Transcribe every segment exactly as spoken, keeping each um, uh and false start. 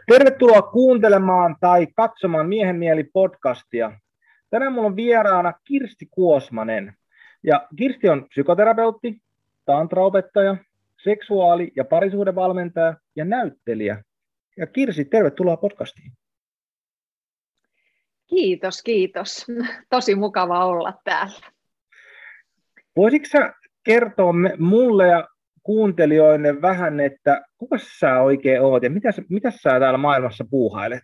Tervetuloa kuuntelemaan tai katsomaan Miehen mieli podcastia. Tänään minulla on vieraana Kirsti Kuosmanen. Ja Kirsti on psykoterapeutti, tantraopettaja, seksuaali- ja parisuhdevalmentaja ja näyttelijä. Ja Kirsti, tervetuloa podcastiin. Kiitos, kiitos. Tosi mukava olla täällä. Voisitko sä kertoa mulle ja kuuntelijoille vähän, että kuka sä oikein oot ja mitä, mitä sä täällä maailmassa puuhailet?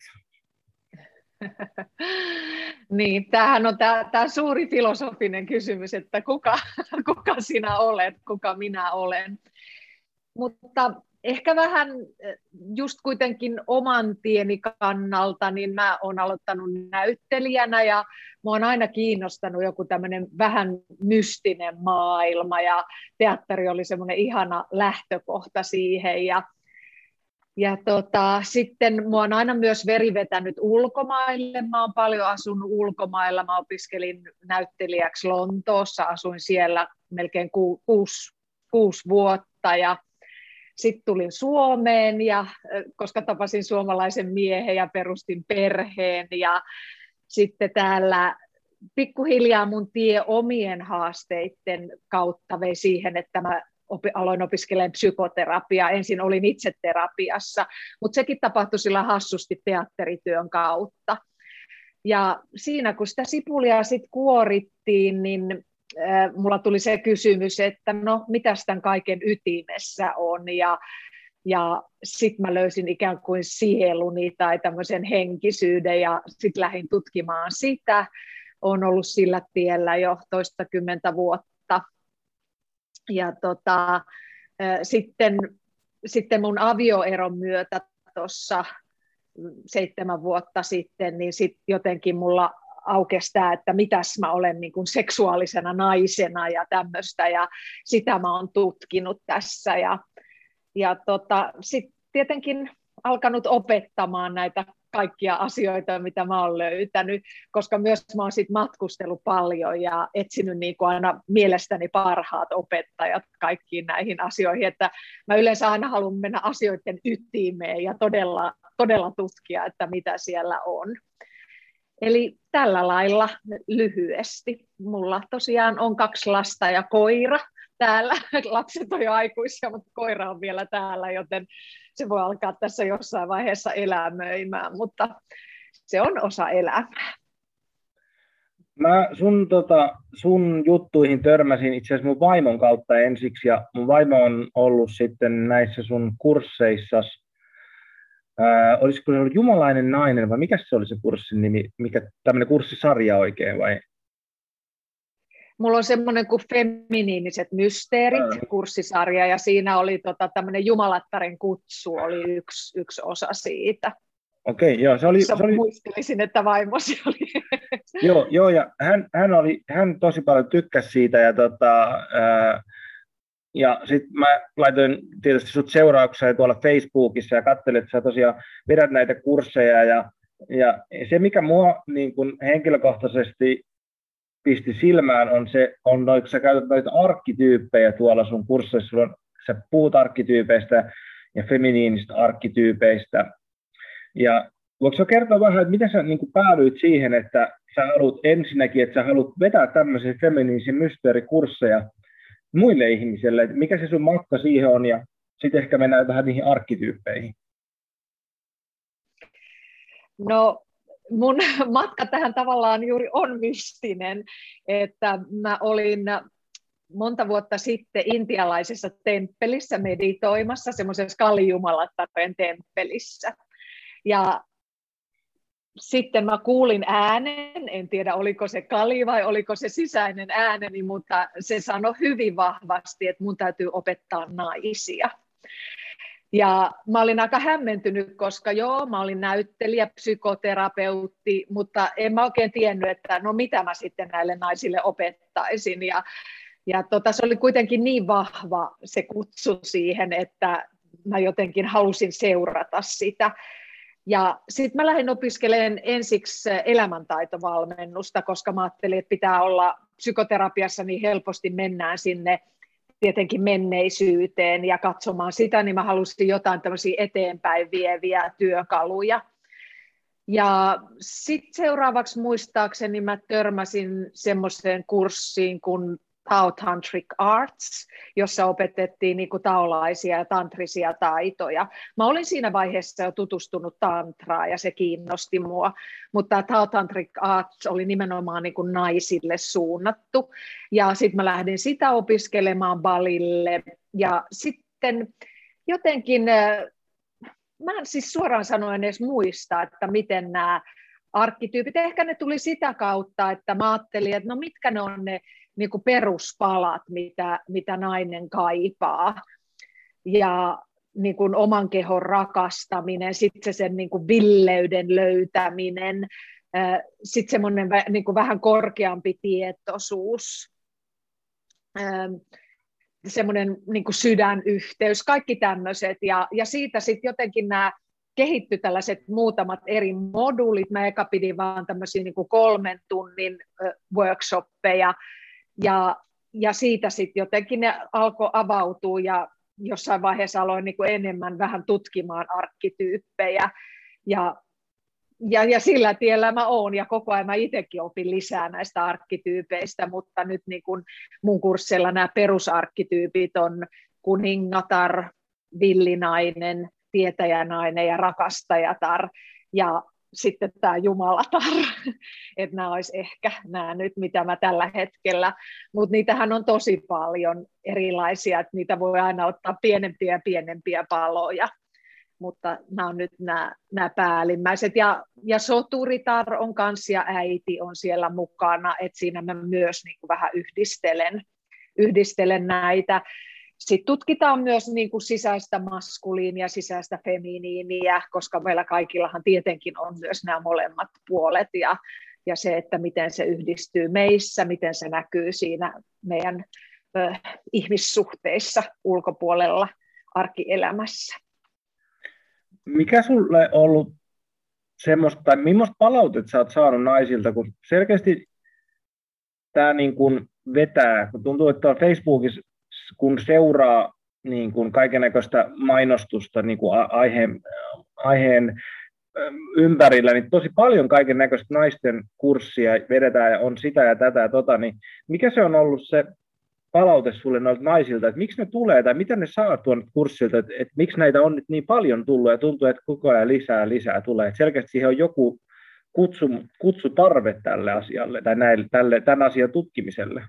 Niin, tämähän on tämä, tämä suuri filosofinen kysymys, että kuka, kuka sinä olet, kuka minä olen. Mutta ehkä vähän just kuitenkin oman tieni kannalta, niin mä oon aloittanut näyttelijänä ja mä oon aina kiinnostanut joku tämmöinen vähän mystinen maailma ja teatteri oli semmoinen ihana lähtökohta siihen ja Ja tota, sitten mua on aina myös veri vetänyt ulkomaille. Mä oon paljon asunut ulkomailla. Mä opiskelin näyttelijäksi Lontoossa. Asuin siellä melkein ku, kuusi, kuusi vuotta. Ja sitten tulin Suomeen, ja, koska tapasin suomalaisen miehen ja perustin perheen. Ja sitten täällä pikkuhiljaa mun tie omien haasteiden kautta vei siihen, että mä aloin opiskelemaan psykoterapiaa. Ensin olin itse terapiassa, mutta sekin tapahtui sillä hassusti teatterityön kautta. Ja siinä kun sitä sipulia sitten kuorittiin, niin äh, mulla tuli se kysymys, että no mitäs tämän kaiken ytimessä on. Ja, ja sitten mä löysin ikään kuin sieluni tai tämmöisen henkisyyden ja sitten lähdin tutkimaan sitä. Olen ollut sillä tiellä jo toistakymmentä vuotta. Ja tota, sitten, sitten mun avioeron myötä tuossa seitsemän vuotta sitten, niin sit jotenkin mulla aukesi tämä, että mitäs mä olen niin kuin seksuaalisena naisena ja tämmöistä, ja sitä mä oon tutkinut tässä. Ja, ja tota, sitten tietenkin alkanut opettamaan näitä kaikkia asioita, mitä mä oon löytänyt, koska myös mä oon sit matkustellut paljon ja etsinyt niin kuin aina mielestäni parhaat opettajat kaikkiin näihin asioihin, että mä yleensä aina haluan mennä asioiden ytimeen ja todella, todella tutkia, että mitä siellä on. Eli tällä lailla lyhyesti. Mulla tosiaan on kaksi lasta ja koira täällä. Lapset on jo aikuisia, mutta koira on vielä täällä, joten se voi alkaa tässä jossain vaiheessa elämöimään, mutta se on osa elämää. Mä sun, tota, sun juttuihin törmäsin itse asiassa mun vaimon kautta ensiksi, ja mun vaimo on ollut sitten näissä sun kursseissa. Ää, olisiko se ollut Jumalainen nainen, vai mikä se oli se kurssin nimi, mikä tämmöinen kurssisarja oikein, vai? Mulla on semmoinen kuin Feminiiniset mysteerit, mm. kurssisarja, ja siinä oli tota, tämmöinen Jumalattaren kutsu, oli yksi, yksi osa siitä. Okei, joo, se oli... Se oli... Muistelisin, että vaimosi oli. Joo, joo, ja hän, hän, oli, hän tosi paljon tykkäsi siitä, ja, tota, ää, ja sitten mä laitoin tietysti sut seuraukseen tuolla Facebookissa, ja katselin, että sä tosiaan vedät näitä kursseja, ja, ja se, mikä mua niin kun henkilökohtaisesti pisti silmään, on se, on noin, kun sä käytät noita arkkityyppejä tuolla sun kursseissa, sä puhut arkkityypeistä ja feminiinistä arkkityypeistä. Ja voitko sä kertoa vähän, että miten sä niin kuin päädyit siihen, että sä haluat ensinnäkin, että sä haluat vetää tämmöisiä feminiinisiä mysteerikursseja muille ihmisille, että mikä se sun matka siihen on, ja sitten ehkä mennään vähän niihin arkkityyppeihin. No, mun matka tähän tavallaan juuri on mystinen, että mä olin monta vuotta sitten intialaisessa temppelissä meditoimassa, semmoisessa Kali-Jumalattaren temppelissä. Ja sitten mä kuulin äänen, en tiedä oliko se Kali vai oliko se sisäinen ääneni, mutta se sanoi hyvin vahvasti, että mun täytyy opettaa naisia. Ja mä olin aika hämmentynyt, koska joo, mä olin näyttelijä, psykoterapeutti, mutta en mä oikein tiennyt, että no mitä mä sitten näille naisille opettaisin. Ja, ja tota, se oli kuitenkin niin vahva se kutsu siihen, että mä jotenkin halusin seurata sitä. Ja sitten mä lähdin opiskelemaan ensiksi elämäntaitovalmennusta, koska mä ajattelin, että pitää olla psykoterapiassa niin helposti mennään sinne tietenkin menneisyyteen ja katsomaan sitä, niin mä halusin jotain tämmöisiä eteenpäin vieviä työkaluja. Ja sitten seuraavaksi muistaakseni mä törmäsin semmoiseen kurssiin kuin Tao Tantric Arts, jossa opetettiin niin kuin taolaisia ja tantrisia taitoja. Mä olin siinä vaiheessa jo tutustunut tantraa ja se kiinnosti mua, mutta Tao Tantric Arts oli nimenomaan niin kuin naisille suunnattu. Ja sitten mä lähdin sitä opiskelemaan Balille ja sitten jotenkin, mä en siis suoraan sanoen edes muista, että miten nämä arkkityypit, ehkä ne tuli sitä kautta, että mä ajattelin, että no mitkä ne on ne niin kuin peruspalat, mitä, mitä nainen kaipaa. Ja niin kuin oman kehon rakastaminen, sitten se sen niin kuin villeyden löytäminen, sitten semmoinen niin kuin vähän korkeampi tietoisuus, semmoinen niin kuin sydänyhteys, kaikki tämmöiset. Ja, ja siitä sitten jotenkin nämä kehittyi tällaiset muutamat eri moduulit. Mä eka pidin vaan tämmöisiä niin kuin kolmen tunnin workshoppeja, Ja, ja siitä sitten jotenkin ne alkoi avautua ja jossain vaiheessa aloin niin kuin enemmän vähän tutkimaan arkkityyppejä ja, ja, ja sillä tiellä mä oon ja koko ajan mä itsekin opin lisää näistä arkkityypeistä, mutta nyt niin kuin mun kurssilla nämä perusarkkityypit on kuningatar, villinainen, tietäjänainen ja rakastajatar ja sitten tämä jumalatar, että nämä olisi ehkä nämä nyt, mitä mä tällä hetkellä, mutta niitähän on tosi paljon erilaisia, että niitä voi aina ottaa pienempiä ja pienempiä paloja, mutta nämä on nyt nämä, nämä päällimmäiset, ja, ja soturitar on kanssa, ja äiti on siellä mukana, että siinä mä myös niin kuin vähän yhdistelen, yhdistelen näitä. Sitten tutkitaan myös niin kuin sisäistä maskuliinia ja sisäistä feminiiniä, koska meillä kaikillahan tietenkin on myös nämä molemmat puolet ja, ja se, että miten se yhdistyy meissä, miten se näkyy siinä meidän ö, ihmissuhteissa ulkopuolella arkielämässä. Mikä sulle on ollut semmoista, tai millaista palautetta sä oot saanut naisilta, kun selkeästi tämä niin kuin vetää, kun tuntuu, että on Facebookissa kun seuraa niin kuin kaikennäköistä mainostusta niin kuin aiheen, aiheen ympärillä, niin tosi paljon kaikennäköistä naisten kurssia vedetään ja on sitä ja tätä ja tota, niin mikä se on ollut se palaute sulle noilta naisilta, että miksi ne tulee tai mitä ne saa tuon kurssilta, että, että miksi näitä on nyt niin paljon tullut ja tuntuu, että koko ajan lisää lisää tulee, että selkeästi siihen on joku kutsu, kutsutarve tälle asialle tai näille, tälle, tämän asian tutkimiselle.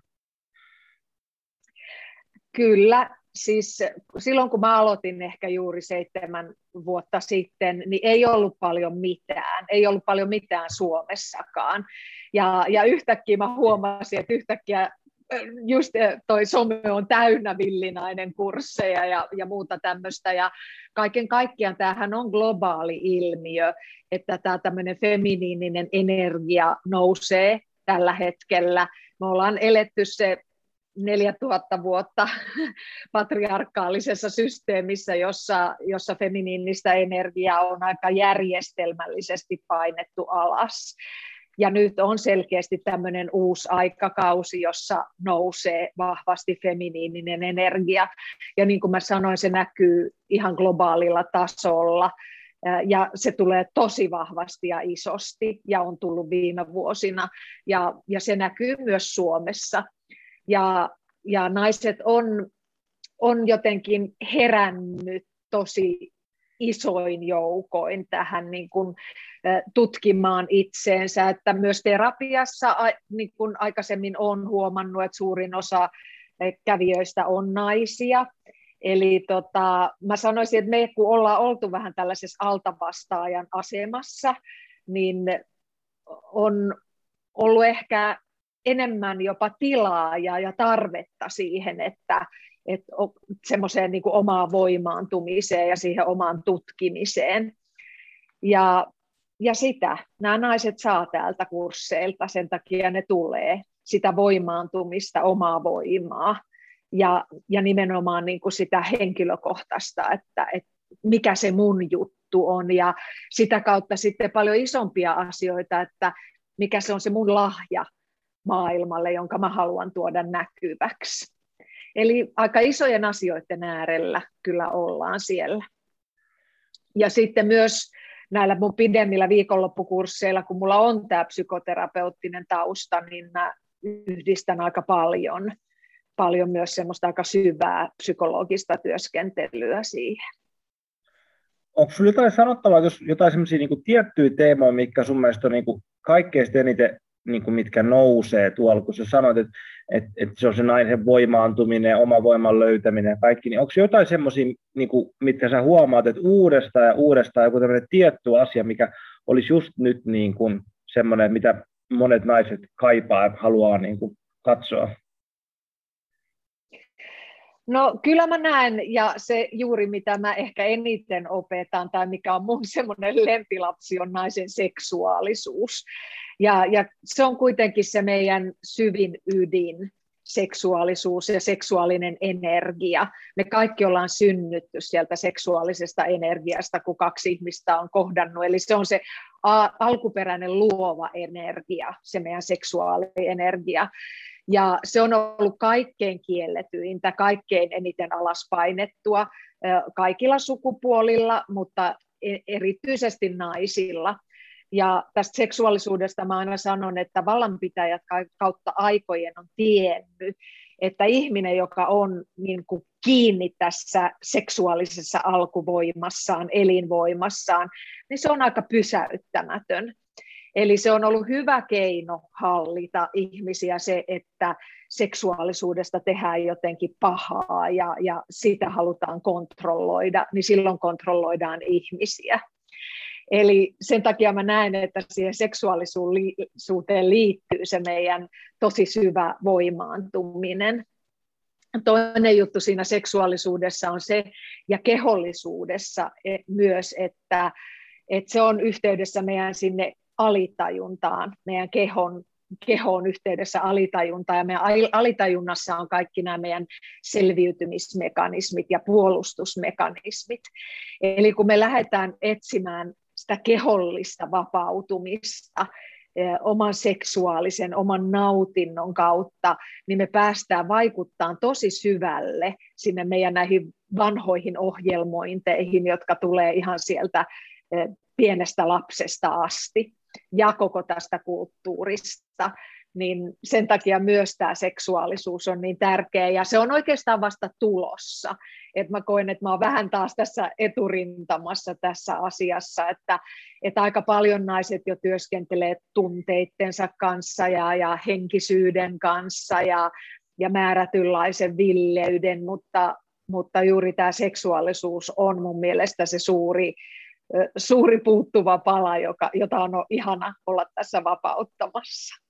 Kyllä, siis silloin kun mä aloitin ehkä juuri seitsemän vuotta sitten, niin ei ollut paljon mitään, ei ollut paljon mitään Suomessakaan. Ja, ja yhtäkkiä mä huomasin, että yhtäkkiä just toi some on täynnä villinainen kursseja ja, ja muuta tämmöistä. Ja kaiken kaikkiaan tämähän on globaali ilmiö, että tämä tämmöinen feminiininen energia nousee tällä hetkellä. Me ollaan eletty se neljätuhatta vuotta patriarkaalisessa systeemissä, jossa, jossa feminiinistä energiaa on aika järjestelmällisesti painettu alas. Ja nyt on selkeästi tämmöinen uusi aikakausi, jossa nousee vahvasti feminiininen energia. Ja niin kuin mä sanoin, se näkyy ihan globaalilla tasolla. Ja se tulee tosi vahvasti ja isosti ja on tullut viime vuosina. Ja, ja se näkyy myös Suomessa. Ja, ja naiset on, on jotenkin herännyt tosi isoin joukoin tähän niin kuin, tutkimaan itseensä, että myös terapiassa niin kuin aikaisemmin olen huomannut, että suurin osa kävijöistä on naisia. Eli tota, mä sanoisin, että me kun ollaan oltu vähän tällaisessa altavastaajan asemassa, niin on ollut ehkä enemmän jopa tilaa ja, ja tarvetta siihen, että, että semmoiseen niin kuin omaan voimaantumiseen ja siihen omaan tutkimiseen. Ja, ja sitä nämä naiset saa täältä kursseilta, sen takia ne tulee, sitä voimaantumista, omaa voimaa ja, ja nimenomaan niin kuin sitä henkilökohtaista, että, että mikä se mun juttu on ja sitä kautta sitten paljon isompia asioita, että mikä se on se mun lahja maailmalle, jonka mä haluan tuoda näkyväksi. Eli aika isojen asioiden äärellä kyllä ollaan siellä. Ja sitten myös näillä mun pidemmillä viikonloppukursseilla, kun mulla on tämä psykoterapeuttinen tausta, niin mä yhdistän aika paljon, paljon myös semmoista aika syvää psykologista työskentelyä siihen. Onko sinulla jotain sanottavaa, jos jotain semmoisia niin kuin tiettyjä teemoja, mitkä sun mielestä on niin kuin kaikkein eniten, niin kuin mitkä nousee tuolla, kun sä sanoit, että, että, että se on se naisen voimaantuminen, oma voiman löytäminen ja kaikki, niin onko jotain semmoisia, niin kuin, mitkä sä huomaat, että uudestaan ja uudestaan joku tämmöinen tietty asia, mikä olisi just nyt niin kuin semmoinen, mitä monet naiset kaipaa ja haluaa niin kuin katsoa? No kyllä mä näen, ja se juuri mitä mä ehkä eniten opetan, tai mikä on mun semmoinen lempilapsi, on naisen seksuaalisuus. Ja, ja se on kuitenkin se meidän syvin ydin, seksuaalisuus ja seksuaalinen energia. Me kaikki ollaan synnytty sieltä seksuaalisesta energiasta, kun kaksi ihmistä on kohdannut. Eli se on se a- alkuperäinen luova energia, se meidän seksuaalienergia. Ja se on ollut kaikkein kielletyintä, kaikkein eniten alaspainettua kaikilla sukupuolilla, mutta erityisesti naisilla. Ja tästä seksuaalisuudesta mä aina sanon, että vallanpitäjät kautta aikojen on tiennyt, että ihminen, joka on niin kuin kiinni tässä seksuaalisessa alkuvoimassaan, elinvoimassaan, niin se on aika pysäyttämätön. Eli se on ollut hyvä keino hallita ihmisiä se, että seksuaalisuudesta tehdään jotenkin pahaa ja, ja sitä halutaan kontrolloida, niin silloin kontrolloidaan ihmisiä. Eli sen takia mä näen, että siihen seksuaalisuuteen liittyy se meidän tosi syvä voimaantuminen. Toinen juttu siinä seksuaalisuudessa on se, ja kehollisuudessa myös, että, että se on yhteydessä meidän sinne alitajuntaan, meidän kehon, kehon yhteydessä alitajuntaan, ja meidän alitajunnassa on kaikki nämä meidän selviytymismekanismit ja puolustusmekanismit. Eli kun me lähdetään etsimään sitä kehollista vapautumista oman seksuaalisen, oman nautinnon kautta, niin me päästään vaikuttamaan tosi syvälle sinne meidän näihin vanhoihin ohjelmointeihin, jotka tulee ihan sieltä pienestä lapsesta asti ja koko tästä kulttuurista, niin sen takia myös tämä seksuaalisuus on niin tärkeä, ja se on oikeastaan vasta tulossa. Et mä koen, että mä oon vähän taas tässä eturintamassa tässä asiassa, että, että aika paljon naiset jo työskentelee tunteittensa kanssa ja, ja henkisyyden kanssa ja, ja määrätynlaisen villeyden, mutta, mutta juuri tämä seksuaalisuus on mun mielestä se suuri, suuri puuttuva pala, joka, jota on ihana olla tässä vapauttamassa.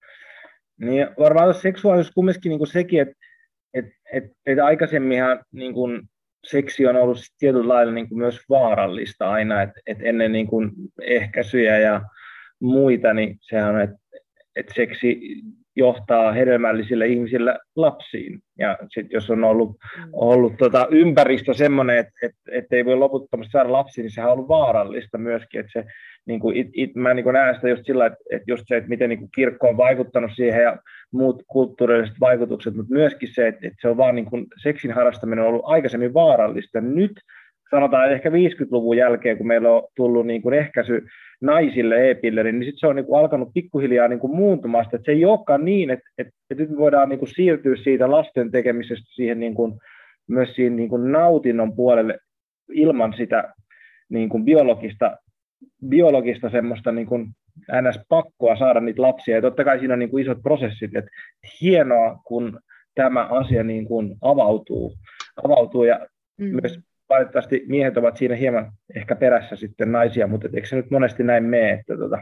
Niin varmaan seksuaalisuus kumminkin niin kuin sekin, että et, et, et aikaisemminhan niin kuin seksi on ollut tietyllä lailla niin kuin myös vaarallista aina, että et ennen niin kuin ehkäisyjä ja muita, niin sehän on, että et seksi johtaa hedelmällisille ihmisille lapsiin. Ja sitten jos on ollut, ollut tota ympäristö semmoinen, että et, et ei voi loputtomasti saada lapsia, niin sehän on ollut vaarallista myöskin. Että se, niin kuin it, it, mä niin kuin näen sitä just sillä, että et just se, että miten niin kuin kirkko on vaikuttanut siihen ja muut kulttuurilliset vaikutukset, mutta myöskin se, että, että se on vaan niin kuin seksin harrastaminen on ollut aikaisemmin vaarallista. Nyt sanotaan ehkä viisikymmentäluvun jälkeen, kun meillä on tullut niin kuin ehkäisy naisille e-pilleri, niin sitten se on niin kuin alkanut pikkuhiljaa niin kuin muuntumaan, että se ei olekaan niin, että, että, että nyt me voidaan niin kuin siirtyä siitä lasten tekemisestä siihen niin kuin, myös siihen niin kuin nautinnon puolelle ilman sitä niin kuin biologista, biologista semmoista niin kuin ns-pakkoa saada niitä lapsia. Ja totta kai siinä on niin kuin isot prosessit, että hienoa, kun tämä asia niin kuin avautuu, avautuu ja mm. myös valitettavasti miehet ovat siinä hieman ehkä perässä sitten naisia, mutta eikö se nyt monesti näin mene, että, tota,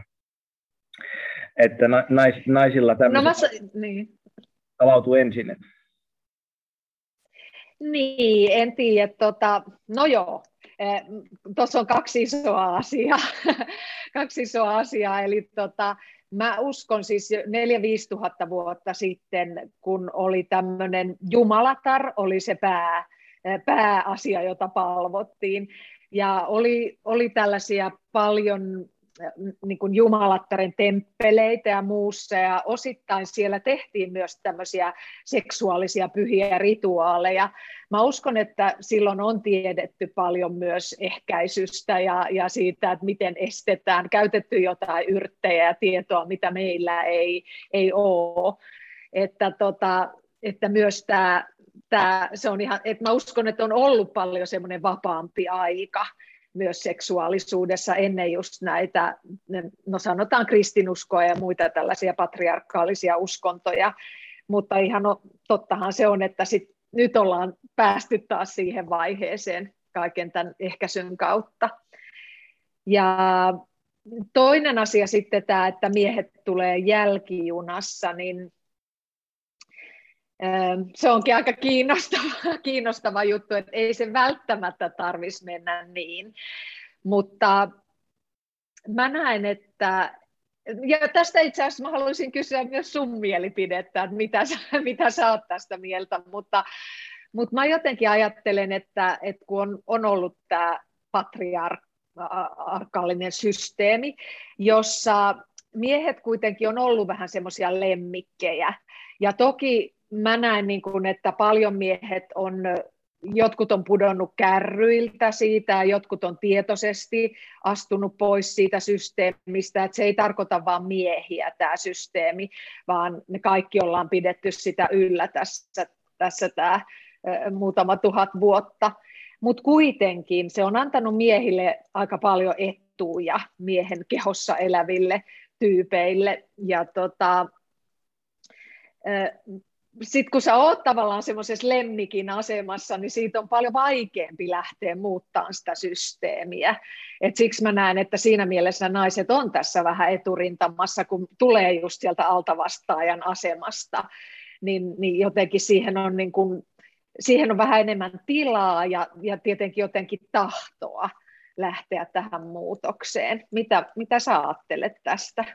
että nais, naisilla tämmöiset no niin. avautuu ensin. Niin, en tiedä. Tota, no joo, tuossa on kaksi isoa asiaa. kaksi isoa asiaa, eli tota, mä uskon siis neljä viisi tuhatta vuotta sitten, kun oli tämmöinen jumalatar, oli se pää, pääasia, jota palvottiin. Ja oli, oli tällaisia paljon niin kuin jumalattaren temppeleitä ja muussa, ja osittain siellä tehtiin myös tämmöisiä seksuaalisia pyhiä rituaaleja. Mä uskon, että silloin on tiedetty paljon myös ehkäisystä ja, ja siitä, että miten estetään, käytetty jotain yrttejä ja tietoa, mitä meillä ei, ei ole. Että, tota, että myös tämä, tämä, se on ihan, että mä uskon, että on ollut paljon semmoinen vapaampi aika myös seksuaalisuudessa ennen just näitä, no sanotaan kristinuskoa ja muita tällaisia patriarkaalisia uskontoja, mutta ihan no, tottahan se on, että sit, nyt ollaan päästy taas siihen vaiheeseen kaiken tämän ehkäisyn kautta. Ja toinen asia sitten tämä, että miehet tulee jälkijunassa, niin se onkin aika kiinnostava, kiinnostava juttu, että ei se välttämättä tarvitsisi mennä niin, mutta mä näen, että, ja tästä itse asiassa mä haluaisin kysyä myös sun mielipidettä, että mitä sä, mitä sä oot tästä mieltä, mutta, mutta mä jotenkin ajattelen, että, että kun on, on ollut tämä patriarkaalinen systeemi, jossa miehet kuitenkin on ollut vähän semmoisia lemmikkejä, ja toki mä näen, niin kuin, että paljon miehet on, jotkut on pudonnut kärryiltä siitä, ja jotkut on tietoisesti astunut pois siitä systeemistä, että se ei tarkoita vain miehiä tämä systeemi, vaan me kaikki ollaan pidetty sitä yllä tässä, tässä tämä muutama tuhat vuotta. Mutta kuitenkin se on antanut miehille aika paljon etuja miehen kehossa eläville tyypeille, ja tota, sitten kun sä oot tavallaan semmoisessa lemmikin asemassa, niin siitä on paljon vaikeampi lähteä muuttamaan sitä systeemiä. Et siksi mä näen, että siinä mielessä naiset on tässä vähän eturintamassa, kun tulee just sieltä altavastaajan asemasta, niin, niin jotenkin siihen on, niin kun, siihen on vähän enemmän tilaa ja, ja tietenkin jotenkin tahtoa lähteä tähän muutokseen. Mitä, mitä sä ajattelet tästä?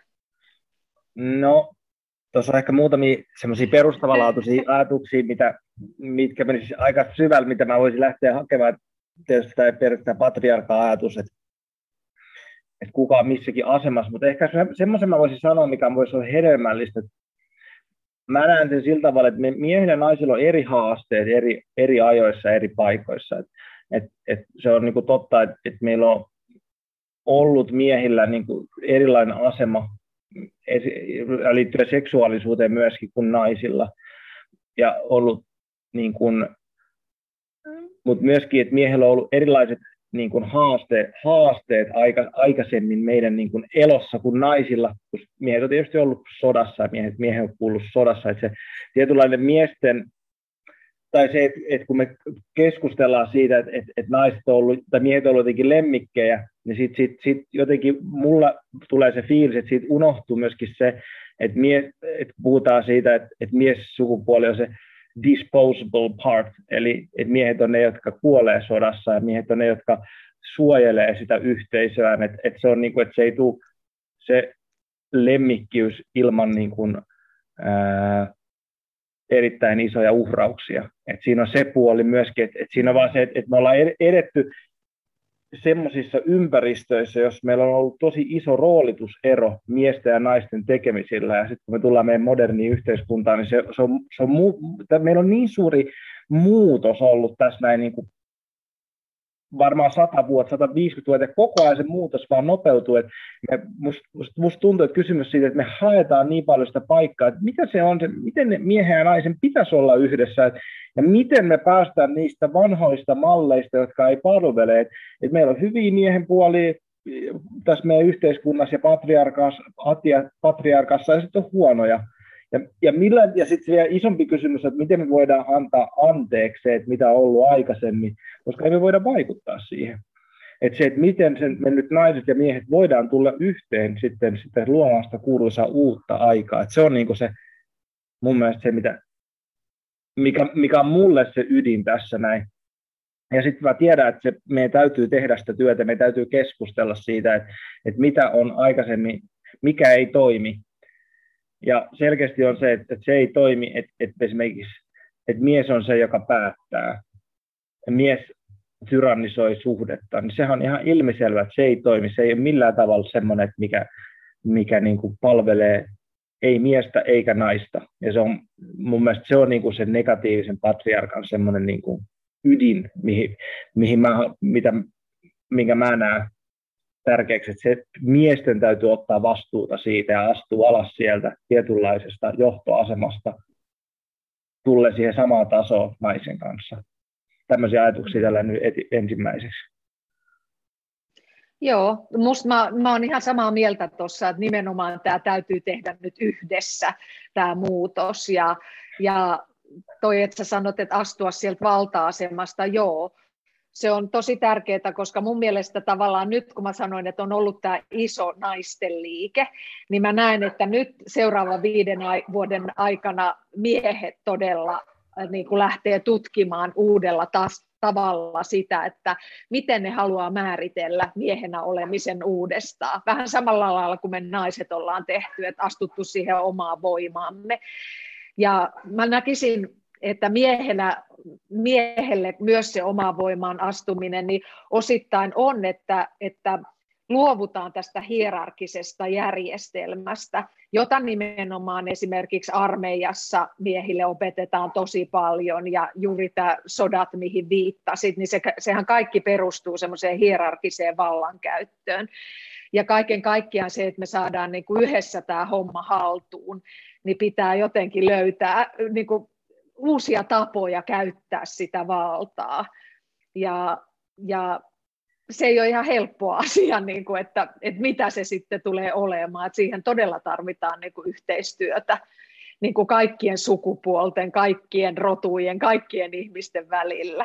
No, tuossa on ehkä muutamia semmoisia perustavanlaatuisia ajatuksia, mitä, mitkä menisivät aika syvällä, mitä mä voisin lähteä hakemaan. Tietysti tämä perustaa patriarka-ajatus, että, että kuka on missäkin asemassa, mutta ehkä semmoisen mä voisin sanoa, mikä voisi olla hedelmällistä. Mä näen sen sillä tavalla, että miehillä ja naisilla on eri haasteet eri, eri ajoissa, eri paikoissa. Et, et, et se on niin kuin totta, että, että meillä on ollut miehillä niin kuin erilainen asema liittyen seksuaalisuuteen myöskin kuin naisilla, ja ollut niin kuin, mutta myöskin, että miehillä on ollut erilaiset niin kuin haasteet, haasteet aika, aikaisemmin meidän niin kuin elossa kuin naisilla, koska miehet on tietysti ollut sodassa, ja miehet, miehet on kuullut sodassa, että se tietynlainen miesten, tai se, että, että kun me keskustellaan siitä, että, että, että naiset on ollut, tai miehet on ollut jotenkin lemmikkejä, niin sitten sit, sit jotenkin mulla tulee se fiilis, että siitä unohtuu myöskin se, että, mie, että puhutaan siitä, että, että miessukupuoli on se disposable part, eli että miehet on ne, jotka kuolee sodassa, ja miehet on ne, jotka suojelee sitä yhteisöä, että, että se on niin kuin, että se ei tule se lemmikkiys ilman niin kuin, ää, erittäin isoja uhrauksia. Et siinä on se puoli myöskin, että et siinä on vaan se, että et me ollaan edetty semmoisissa ympäristöissä, jos meillä on ollut tosi iso roolitusero miesten ja naisten tekemisillä, ja sitten kun me tullaan meidän moderniin yhteiskuntaan, niin se, se on, se on mu- meillä on niin suuri muutos ollut tässä näin niin kuin varmaan sata vuotta, sata viisikymmentä vuotta, ja koko ajan se muutos vaan nopeutuu. Että me, musta, musta tuntuu, että kysymys siitä, että me haetaan niin paljon sitä paikkaa, että mitä se on, se, miten ne miehen ja naisen pitäisi olla yhdessä, että, ja miten me päästään niistä vanhoista malleista, jotka ei palvele. Että, että meillä on hyviä miehen puolia tässä meidän yhteiskunnassa ja patriarkassa, patriarkassa, ja sitten on huonoja. Ja, ja, millä, ja sitten vielä isompi kysymys, että miten me voidaan antaa anteeksi se, että mitä on ollut aikaisemmin, koska ei me voida vaikuttaa siihen. Että se, että miten sen, me nyt naiset ja miehet voidaan tulla yhteen sitten, sitten luomaan sitä kuuluisaa uutta aikaa. Että se on niinku se mun mielestä se, mitä, mikä, mikä on mulle se ydin tässä näin. Ja sitten mä tiedän, että se, meidän täytyy tehdä sitä työtä, meidän täytyy keskustella siitä, että, että mitä on aikaisemmin, mikä ei toimi. Ja selkeästi on se, että se ei toimi, että, että esimerkiksi että mies on se, joka päättää. Ja mies tyrannisoi suhdetta, niin sehän on ihan ilmiselvä, että se ei toimi. Se ei ole millään tavalla semmoinen, että mikä, mikä niin kuin palvelee ei miestä eikä naista. Ja se on, mun mielestä se on niin kuin sen negatiivisen patriarkan semmoinen niin kuin ydin, mihin, mihin mä, mitä, minkä mä näen tärkeäksi, että se miesten täytyy ottaa vastuuta siitä ja astua alas sieltä tietynlaisesta johtoasemasta, tulle siihen samaan tasoon naisen kanssa. Tämmöisiä ajatuksia tällä nyt ensimmäiseksi. Joo, musta mä, mä oon ihan samaa mieltä tuossa, että nimenomaan tämä täytyy tehdä nyt yhdessä, tämä muutos. Ja, ja toi, että sä sanot, että astua sieltä valta-asemasta, joo, se on tosi tärkeää, koska mun mielestä tavallaan nyt, kun mä sanoin, että on ollut tämä iso naisten liike, niin mä näen, että nyt seuraavan viiden vuoden aikana miehet todella niin kuin lähtee tutkimaan uudella taas tavalla sitä, että miten ne haluaa määritellä miehenä olemisen uudestaan. Vähän samalla lailla kuin me naiset ollaan tehty, että astuttu siihen omaan voimaamme. Ja mä näkisin, että miehenä, miehelle myös se omaan voimaan astuminen niin osittain on, että, että luovutaan tästä hierarkisesta järjestelmästä, jota nimenomaan esimerkiksi armeijassa miehille opetetaan tosi paljon, ja juuri tämä sodat, mihin viittasit, niin se, sehän kaikki perustuu semmoiseen hierarkiseen vallankäyttöön. Ja kaiken kaikkiaan se, että me saadaan niin kuin yhdessä tämä homma haltuun, niin pitää jotenkin löytää niin kuin uusia tapoja käyttää sitä valtaa. Ja, ja se ei ole ihan helppo asia, niin kuin, että, että mitä se sitten tulee olemaan. Että siihen todella tarvitaan niin kuin yhteistyötä niin kuin kaikkien sukupuolten, kaikkien rotujen, kaikkien ihmisten välillä.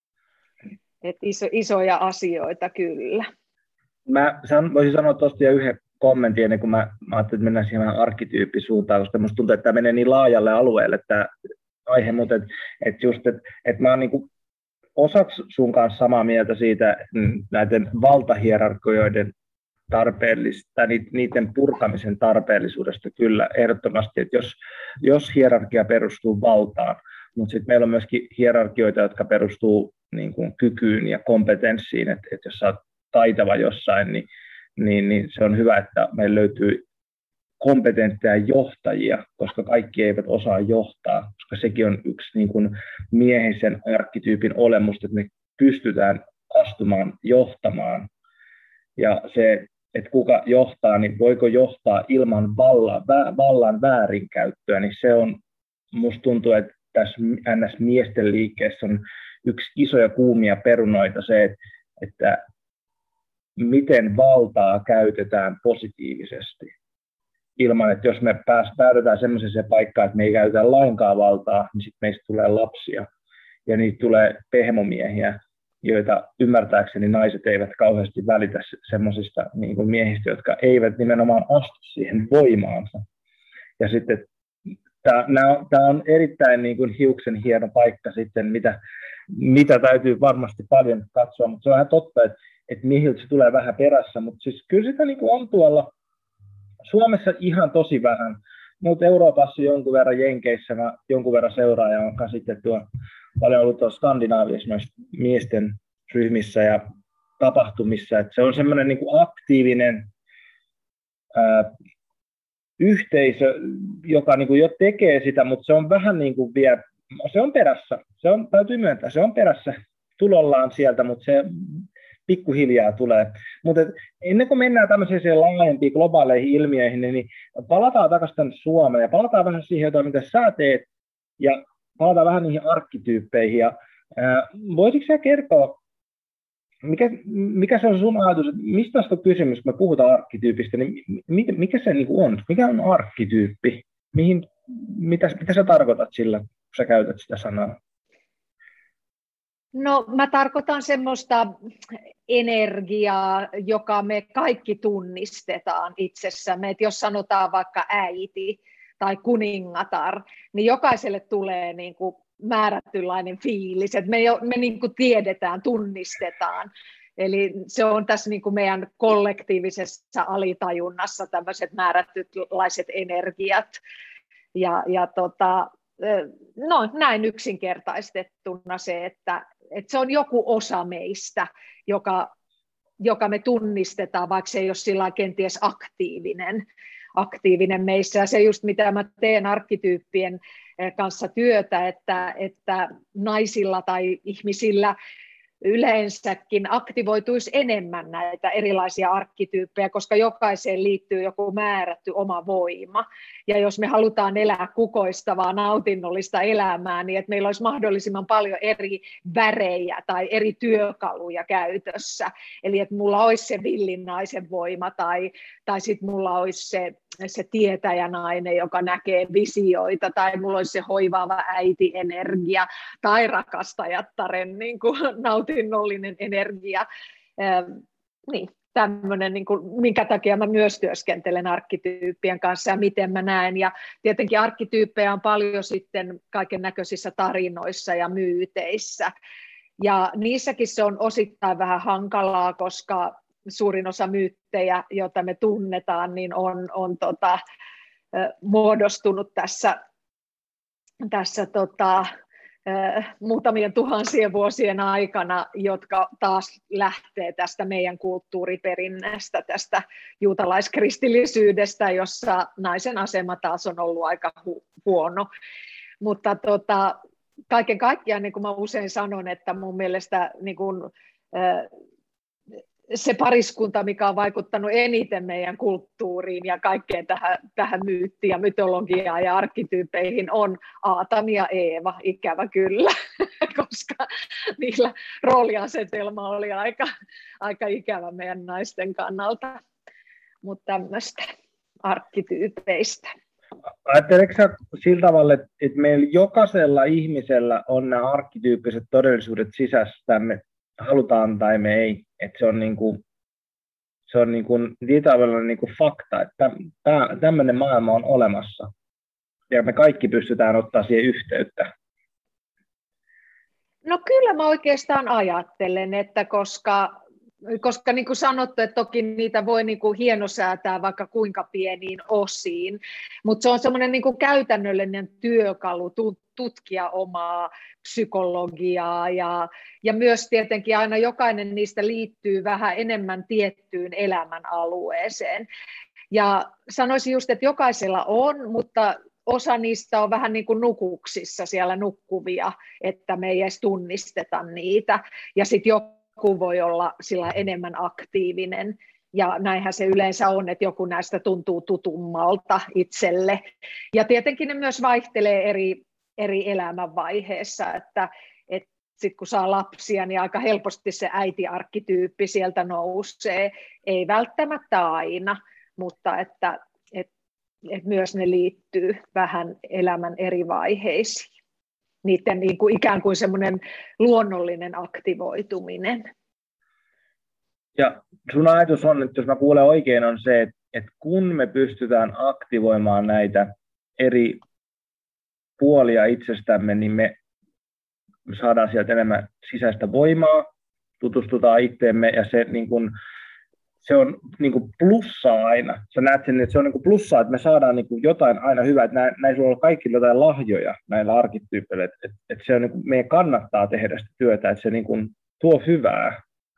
Et iso, isoja asioita kyllä. Mä san, voisin sanoa tuosta jo yhden kommentin, ennen kuin mä, mä ajattelin, että mennään siihen arkkityyppisuuntaan, koska musta tuntuu, että tämä menee niin laajalle alueelle tämä aihe, mutta että et just, että et mä oon niin kuin osaksi sun kanssa samaa mieltä siitä näiden valtahierarkioiden tarpeellista, niiden purkamisen tarpeellisuudesta kyllä ehdottomasti, että jos, jos hierarkia perustuu valtaan, mutta sitten meillä on myöskin hierarkioita, jotka perustuu niin kuin kykyyn ja kompetenssiin, että, että jos sä oot taitava jossain, niin, niin, niin se on hyvä, että meillä löytyy kompetentteja johtajia, koska kaikki eivät osaa johtaa, koska sekin on yksi niin kuin miehisen arkkityypin olemusta, että me pystytään astumaan johtamaan. Ja se, että kuka johtaa, niin voiko johtaa ilman vallan, vallan väärinkäyttöä, niin se on, musta tuntuu, että tässä N S-miesten liikkeessä on yksi isoja kuumia perunoita se, että, että miten valtaa käytetään positiivisesti. Ilman, että jos me päädytään semmoiseen paikkaan, että me ei käytetä lainkaan valtaa, niin sitten meistä tulee lapsia. Ja niitä tulee pehmomiehiä, joita ymmärtääkseni naiset eivät kauheasti välitä semmoisista niin kuin miehistä, jotka eivät nimenomaan astu siihen voimaansa. Ja sitten tämä on erittäin niin kuin hiuksen hieno paikka sitten, mitä, mitä täytyy varmasti paljon katsoa. Mutta se on ihan totta, että, että miehiltä se tulee vähän perässä, mutta siis kyllä sitä niin kuin on tuolla Suomessa ihan tosi vähän, mutta Euroopassa jonkun verran, Jenkeissä mä jonkun verran seuraaja on sitten tuo, paljon ollut tuossa Skandinaaviassa noissa miesten ryhmissä ja tapahtumissa, että se on semmoinen niin kuin aktiivinen ää, yhteisö, joka niin kuin jo tekee sitä, mutta se on vähän niin kuin vielä, se on perässä, se on, täytyy myöntää, se on perässä tulollaan sieltä, mutta se pikkuhiljaa tulee. Mutta ennen kuin mennään tämmöisiin laajempiin globaaleihin ilmiöihin, niin palataan takaisin tänne Suomeen ja palataan vähän siihen jotain, mitä sä teet, ja palataan vähän niihin arkkityyppeihin. Ja, ää, voisitko sä kertoa, mikä, mikä se on sun ajatus, että mistä on kysymys, kun me puhutaan arkkityypistä, niin mikä se niin on? Mikä on arkkityyppi? Mihin, mitä, mitä sä tarkoitat sillä, kun sä käytät sitä sanaa? No, mä tarkoitan semmoista energiaa, joka me kaikki tunnistetaan itsessämme. Et jos sanotaan vaikka äiti tai kuningatar, niin jokaiselle tulee niin kuin määrätynlainen fiilis, että me, jo, me niin kuin tiedetään, tunnistetaan. Eli se on tässä niin kuin meidän kollektiivisessa alitajunnassa tämmöiset määrätynlaiset energiat. Ja, ja tota, no näin yksinkertaistettuna se, että, että se on joku osa meistä, joka, joka me tunnistetaan, vaikka se ei ole sillä kenties aktiivinen, aktiivinen meissä. Ja se just mitä mä teen arkkityyppien kanssa työtä, että, että naisilla tai ihmisillä yleensäkin aktivoituisi enemmän näitä erilaisia arkkityyppejä, koska jokaiseen liittyy joku määrätty oma voima. Ja jos me halutaan elää kukoistavaa, nautinnollista elämää, niin että meillä olisi mahdollisimman paljon eri värejä tai eri työkaluja käytössä. Eli että mulla olisi se villin naisen voima tai, tai sitten mulla olisi se se tietäjänainen, joka näkee visioita, tai mulla olisi se hoivaava äiti-energia, tai rakastajattaren niin kuin nautinnollinen energia. Ähm, niin, tämmöinen, niin kuin, minkä takia mä myös työskentelen arkkityyppien kanssa ja miten mä näen. Ja tietenkin arkkityyppejä on paljon sitten kaiken näköisissä tarinoissa ja myyteissä. Ja niissäkin se on osittain vähän hankalaa, koska suurin osa myyttejä, joita me tunnetaan, niin on, on tota, muodostunut tässä, tässä tota, muutamien tuhansien vuosien aikana, jotka taas lähtee tästä meidän kulttuuriperinnästä, tästä juutalaiskristillisyydestä, jossa naisen asema taas on ollut aika hu- huono. Mutta tota, kaiken kaikkiaan, niin kuin mä usein sanon, että mun mielestä niin kuin, se pariskunta, mikä on vaikuttanut eniten meidän kulttuuriin ja kaikkeen tähän, tähän myyttiin ja mytologiaan ja arkkityypeihin, on Aatami ja Eeva, ikävä kyllä, koska niillä rooliasetelma oli aika, aika ikävä meidän naisten kannalta, mutta tämmöistä arkkityypeistä. Ajatteletko sä sillä tavalla, että meillä jokaisella ihmisellä on nämä arkkityyppiset todellisuudet sisästämme, halutaan tai me ei, että se on niin kuin, se on niin kuin, niin kuin fakta, että tämmöinen maailma on olemassa ja me kaikki pystytään ottaa siihen yhteyttä. No kyllä mä oikeastaan ajattelen, että koska, koska niin kuin sanottu, että toki niitä voi niin kuin hienosäätää vaikka kuinka pieniin osiin, mutta se on semmoinen niin kuin käytännöllinen työkalu tutkia omaa psykologiaa ja, ja myös tietenkin aina jokainen niistä liittyy vähän enemmän tiettyyn elämän alueeseen. Ja sanoisin just, että jokaisella on, mutta osa niistä on vähän niin kuin nukuksissa siellä nukkuvia, että me ei edes tunnisteta niitä. Ja sitten joku voi olla sillä enemmän aktiivinen. Ja näinhän se yleensä on, että joku näistä tuntuu tutummalta itselle. Ja tietenkin ne myös vaihtelee eri eri elämänvaiheessa, että, että sitten kun saa lapsia, niin aika helposti se äitiarkkityyppi sieltä nousee, ei välttämättä aina, mutta että, että, että myös ne liittyy vähän elämän eri vaiheisiin. Niiden niin kuin ikään kuin semmoinen luonnollinen aktivoituminen. Ja sun ajatus on, että jos mä kuulen oikein, on se, että, että kun me pystytään aktivoimaan näitä eri puolia itsestämme, niin me saadaan sieltä enemmän sisäistä voimaa, tutustutaan itteemme ja se, niin kun, se on niin kun plussaa aina. Sä näet sen, että se on niin kun plussaa, että me saadaan niin kun jotain aina hyvää, että näillä sulla on kaikilla jotain lahjoja näillä arkkityypeillä, että, että, että se on niin kun, meidän kannattaa tehdä sitä työtä, että se niin kun tuo hyvää.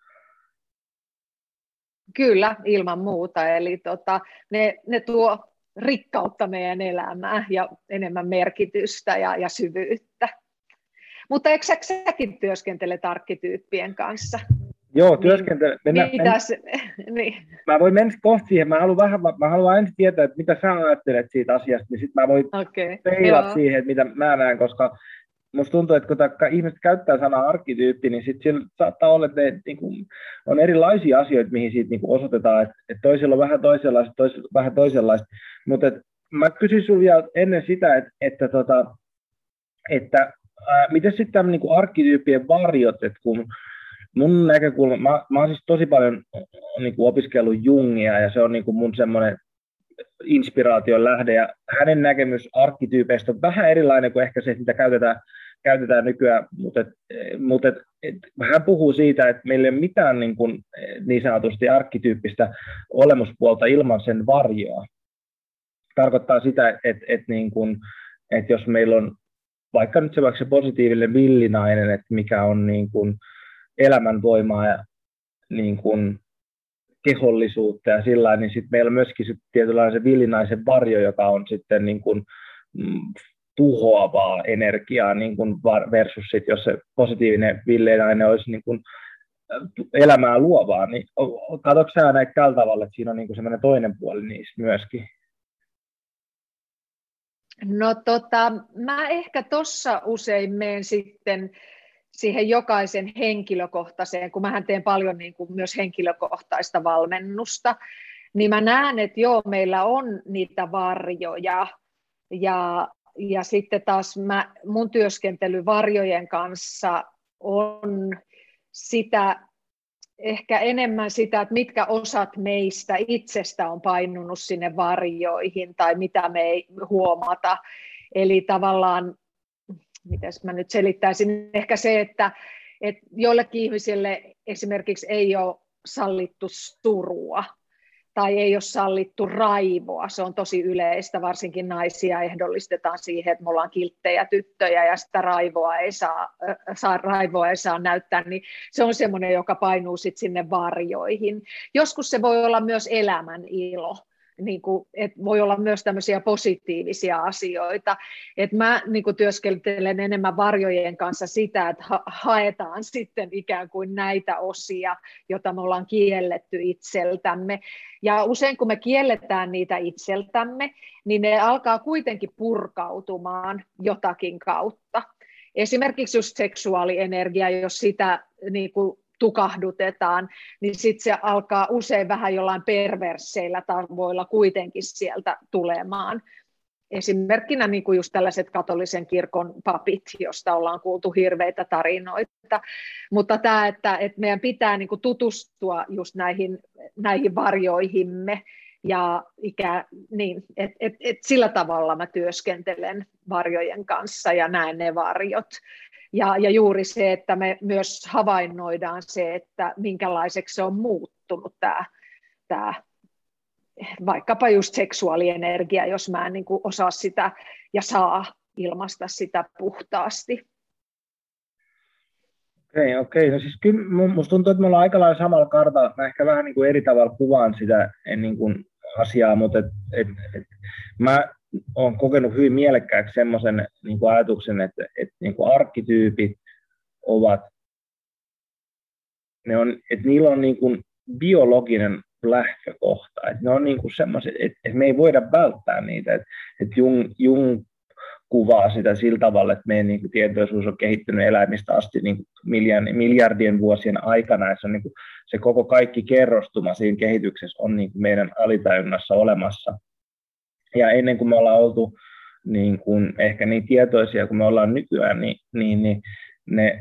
Kyllä, ilman muuta. Eli tota, ne, ne tuo rikkautta meidän elämään ja enemmän merkitystä ja, ja syvyyttä. Mutta eikö säkin työskentelet arkkityyppien kanssa? Joo, työskentelen. Niin, mitäs, niin. Mä voin mennä kohti siihen. Mä haluan, vähän, mä haluan ensin tietää, että mitä sä ajattelet siitä asiasta, niin sitten mä voin okay, peilata siihen, että mitä mä näen, koska musta tuntuu, että kun ihmiset käyttää sanaa arkkityyppi, niin sitten siellä saattaa olla, että ne, niin kuin, on erilaisia asioita, mihin siitä niin kuin osoitetaan, että, että toisilla on vähän toisenlaista, toisilla vähän toisenlaista. Mutta mä kysyn sinulla vielä ennen sitä, että, että, tota, että ää, miten sitten tämmöinen niin kuin arkkityyppien varjot, että kun mun näkökulma, mä, mä oon siis tosi paljon niin kuin opiskellut Jungia, ja se on niin kuin mun semmoinen inspiraation lähde, ja hänen näkemys arkkityypeistä on vähän erilainen kuin ehkä se, mitä käytetään, käytetään nykyään, mutta, et, mutta et, et, hän puhuu siitä, että meillä ei ole mitään niin, kuin, niin sanotusti arkkityyppistä olemuspuolta ilman sen varjoa. Tarkoittaa sitä, että, että, niin kuin, että jos meillä on vaikka nyt se vaikka se positiivinen villinainen, että mikä on niin kuin elämänvoimaa ja niin kuin kehollisuutta ja sillä niin sitten meillä on myöskin sit tietynlainen se villinaisen varjo, joka on sitten niin kuin, mm, tuhoavaa energiaa niin kuin versus sit, jos se positiivinen villinainen olisi niin kuin elämää luovaa, niin katsotko sä näitä tällä tavalla, että siinä on niin kuin semmoinen toinen puoli niistä myöskin? No tota, mä ehkä tuossa usein menen sitten siihen jokaisen henkilökohtaiseen, kun mähän teen paljon niin kuin myös henkilökohtaista valmennusta, niin mä näen, että joo, meillä on niitä varjoja, ja, ja sitten taas mä, mun työskentely varjojen kanssa on sitä, ehkä enemmän sitä, että mitkä osat meistä itsestä on painunut sinne varjoihin, tai mitä me ei huomata, eli tavallaan, mitäs mä nyt selittäisin, ehkä se, että, että joillekin ihmisille esimerkiksi ei ole sallittu surua tai ei ole sallittu raivoa. Se on tosi yleistä, varsinkin naisia ehdollistetaan siihen, että me ollaan kilttejä tyttöjä ja sitä raivoa ei saa, saa, raivoa ei saa näyttää, niin se on semmoinen, joka painuu sit sinne varjoihin. Joskus se voi olla myös elämän ilo. Niin kuin, että voi olla myös tämmöisiä positiivisia asioita. Et mä niin kuin työskentelen enemmän varjojen kanssa sitä, että ha- haetaan sitten ikään kuin näitä osia, joita me ollaan kielletty itseltämme. Ja usein kun me kielletään niitä itseltämme, niin ne alkaa kuitenkin purkautumaan jotakin kautta. Esimerkiksi just seksuaalienergia, jos sitä niin kuin tukahdutetaan, niin sitten se alkaa usein vähän jollain perversseillä tavoilla kuitenkin sieltä tulemaan. Esimerkkinä niin kuin just tällaiset katolisen kirkon papit, josta ollaan kuultu hirveitä tarinoita. Mutta tämä, että, että meidän pitää niin kuin tutustua just näihin, näihin varjoihimme, ja ikä, niin, et, et, et sillä tavalla mä työskentelen varjojen kanssa ja näen ne varjot. Ja, ja juuri se, että me myös havainnoidaan se, että minkälaiseksi se on muuttunut tämä, tämä vaikkapa just seksuaalienergia, jos mä en niin kuin osaa sitä ja saa ilmaista sitä puhtaasti. Okei, okei. No siis kyllä musta tuntuu, että me ollaan aika lailla samalla kartalla. Mä ehkä vähän niin kuin eri tavalla kuvaan sitä niin kuin asiaa, mutta et, et, et, mä olen kokenut hyvin mielekkääksi semmoisen niin kuin ajatuksen, että, että niin kuin arkkityypit ovat, ne on, että niillä on niin kuin biologinen lähtökohta. Että ne on niin kuin semmoiset, että, että me ei voida välttää niitä. Että, että Jung, Jung kuvaa sitä sillä tavalla, että meidän niin kuin tietoisuus on kehittynyt eläimistä asti niin kuin miljardien vuosien aikana, ja se, on niin kuin, se koko kaikki kerrostuma siinä kehityksessä on niin kuin meidän alitajunnassa olemassa. Ja ennen kuin me ollaan oltu niin kuin ehkä niin tietoisia kuin me ollaan nykyään, niin, niin, niin ne,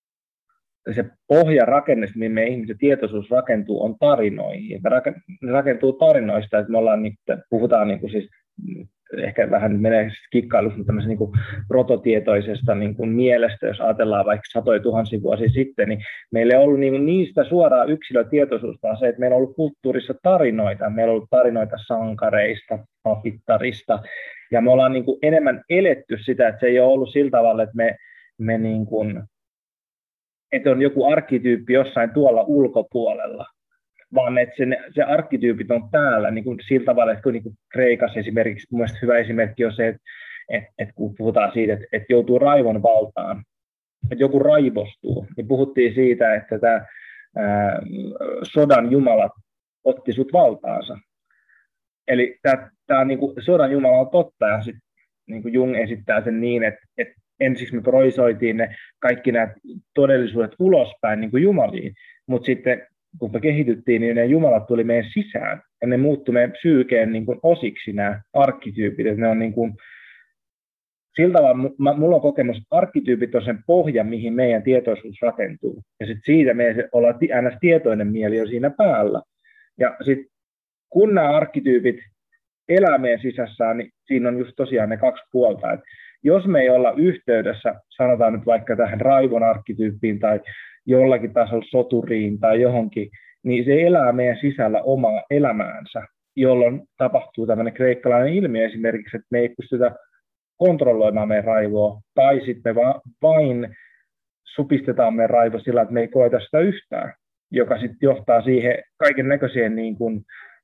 se pohjarakenne, mihin meidän ihmisen tietoisuus rakentuu, on tarinoihin. Ne rakentuu tarinoista, että me ollaan, niin, puhutaan niin kuin siis, ehkä vähän menee kikkailussa tämmöisen niin kuin prototietoisesta niin kuin mielestä, jos ajatellaan vaikka satoja tuhansia vuosia sitten, niin meillä ei ollut niin, niistä suoraa yksilötietoisuutta, vaan se, että meillä on ollut kulttuurissa tarinoita, meillä on ollut tarinoita sankareista, papittarista, ja me ollaan niin kuin enemmän eletty sitä, että se ei ole ollut sillä tavalla, että me, me niin kuin, että on joku arkkityyppi jossain tuolla ulkopuolella, vaan että se, se arkkityypit on täällä niin kuin sillä tavalla, että kun niin kuin Kreikassa esimerkiksi, mun mielestä hyvä esimerkki on se, että, että, että kun puhutaan siitä, että, että joutuu raivon valtaan, että joku raivostuu, niin puhuttiin siitä, että tämä ää, sodan jumalat otti sut valtaansa. Eli tämä, tämä niin kuin, sodan jumala on totta, ja sitten niin kuin Jung esittää sen niin, että, että ensiksi me projisoitiin ne kaikki nämä todellisuudet ulospäin niin kuin jumaliin, mutta sitten kun me kehityttiin, niin ne jumalat tuli meidän sisään, ja ne muuttui meidän psyykeen niin kuin osiksi nämä arkkityypit, että ne on niin kuin, sillä tavalla, mulla on kokemus, että arkkityypit on sen pohja, mihin meidän tietoisuus rakentuu, ja sitten siitä me ollaan aina tietoinen mieli on siinä päällä, ja sitten kun nämä arkkityypit elää meidän sisässään, niin siinä on just tosiaan ne kaksi puolta, että jos me ei olla yhteydessä, sanotaan nyt vaikka tähän raivon arkkityyppiin tai jollakin tasolla soturiin tai johonkin, niin se elää meidän sisällä omaa elämäänsä, jolloin tapahtuu tämmöinen kreikkalainen ilmiö esimerkiksi, että me ei pystytä kontrolloimaan meidän raivoa, tai sitten me va- vain supistetaan meidän raivo sillä, että me ei koeta sitä yhtään, joka sitten johtaa siihen kaiken näköiseen niin kuin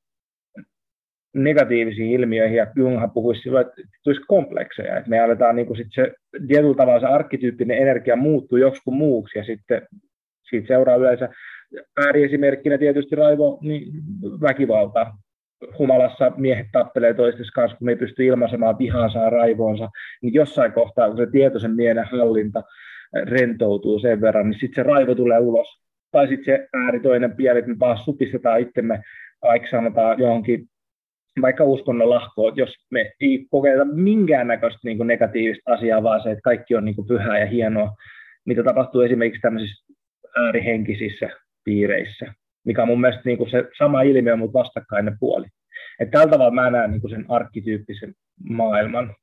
negatiivisiin ilmiöihin, ja Junghan puhuisi silloin, että tulisi komplekseja, että me aletaan niin kuin sit se tietyllä tavalla se arkkityyppinen energia muuttuu joskus muuksi, ja sitten siitä seuraa yleensä ääriesimerkkinä tietysti raivo, niin väkivalta. Humalassa miehet tappelee toistensa kanssa, kun me ei pysty ilmaisemaan vihaansa ja raivoonsa, niin jossain kohtaa, kun se tietoisen mielen hallinta rentoutuu sen verran, niin sitten se raivo tulee ulos. Tai sitten se ääri toinen pieli, että me taas supistetaan itsemme, vaikka sanotaan johonkin, vaikka uskonnon lahkoon, jos me ei kokeilla minkäännäköistä niin kuin negatiivista asiaa, vaan se, että kaikki on niin kuin pyhää ja hienoa, mitä tapahtuu esimerkiksi tämmöisissä äärihenkisissä piireissä, mikä on mun mielestä niin kuin se sama ilmiö, mutta vastakkainen puoli. Että tällä tavalla mä näen niin kuin sen arkkityyppisen maailman.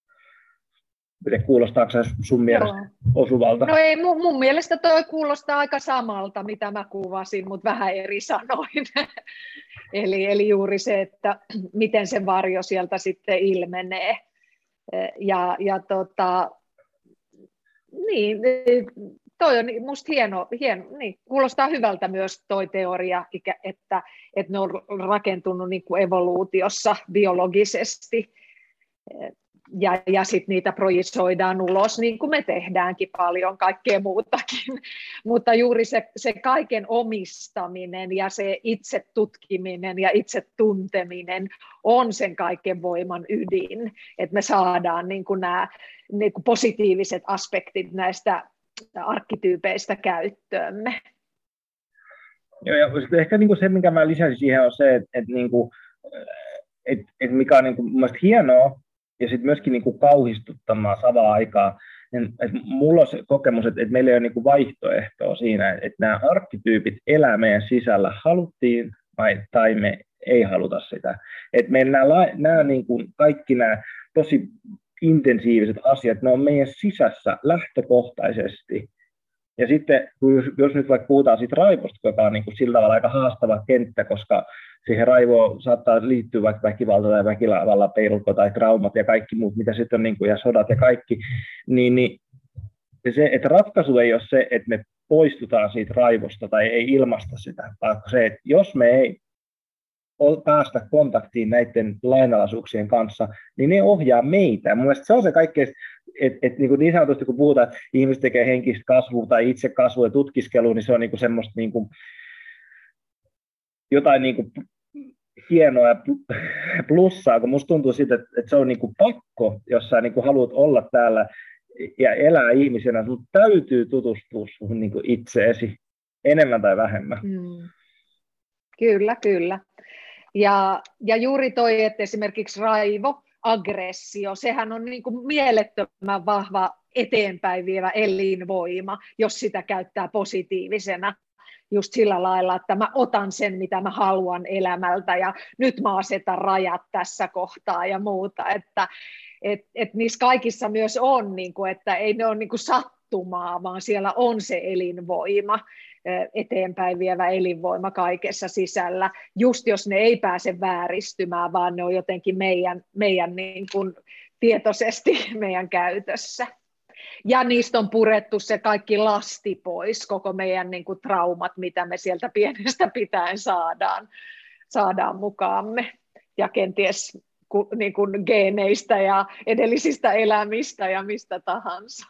Miten kuulostaako se sun mielestä Joo. osuvalta? No ei, mun, mun mielestä toi kuulostaa aika samalta, mitä mä kuvasin, mutta vähän eri sanoin. eli, eli juuri se, että miten se varjo sieltä sitten ilmenee. Ja, ja tota, niin, toi on musta hieno, hieno niin, kuulostaa hyvältä myös toi teoria, että, että ne on rakentunut niin kuin evoluutiossa biologisesti. Ja, ja sitten niitä projisoidaan ulos, niin kuin me tehdäänkin paljon, kaikkea muutakin. Mutta juuri se, se kaiken omistaminen ja se itse tutkiminen ja itse tunteminen on sen kaiken voiman ydin, että me saadaan niin kuin nämä niin kuin positiiviset aspektit näistä arkkityypeistä käyttöömme. Joo, ja ehkä niin kuin se, minkä mä lisäsin siihen, on se, että, että, niin kuin, että, että mikä on niin kuin mun mielestä hienoa, ja sitten myöskin niin kuin kauhistuttamaan samaan aikaan. Että mulla on se kokemus, että, että meillä ei ole niin kuin vaihtoehtoa siinä, että nämä arkkityypit elää meidän sisällä, haluttiin vai, tai me ei haluta sitä. Että meillä nämä, nämä niin kuin kaikki nämä tosi intensiiviset asiat, ne on meidän sisässä lähtökohtaisesti. Ja sitten, jos nyt vaikka puhutaan siitä raivosta, joka on niin kuin sillä tavalla aika haastava kenttä, koska siihen raivoon saattaa liittyä vaikka väkivalta tai väkivallan peilukko tai traumat ja kaikki muut, mitä sitten on, niin kuin, ja sodat ja kaikki, niin, niin se, että ratkaisu ei ole se, että me poistutaan siitä raivosta tai ei ilmaista sitä, vaan se, että jos me ei päästä kontaktiin näiden lainalaisuuksien kanssa, niin ne ohjaa meitä. Mun mielestä se on se kaikkein, että et, niin, niin sanotusti kun puhutaan, että ihmiset tekee henkistä kasvua tai itse kasvua ja tutkiskelua, niin se on niin semmoista niin kuin, jotain niin kuin hienoa ja plussaa, kun musta tuntuu siitä, että, että se on niin kuin pakko, jos sä niin kuin haluat olla täällä ja elää ihmisenä, sun täytyy tutustua sun niin kuin itseesi enemmän tai vähemmän. Hmm. Kyllä, kyllä. Ja, ja juuri toi, että esimerkiksi raivo, aggressio, sehän on niin kuin mielettömän vahva eteenpäin vievä elinvoima, jos sitä käyttää positiivisena. Just sillä lailla, että mä otan sen, mitä mä haluan elämältä, ja nyt mä asetan rajat tässä kohtaa ja muuta. Että et, et niissä kaikissa myös on, niin kuin, että ei ne ole niin kuin sattumaa, vaan siellä on se elinvoima, eteenpäin vievä elinvoima kaikessa sisällä, just jos ne ei pääse vääristymään, vaan ne on jotenkin meidän, meidän niin kuin tietoisesti meidän käytössä. Ja niistä on purettu se kaikki lasti pois, koko meidän niin kuin traumat, mitä me sieltä pienestä pitäen saadaan, saadaan mukaamme. Ja kenties niin kuin geeneistä ja edellisistä elämistä ja mistä tahansa.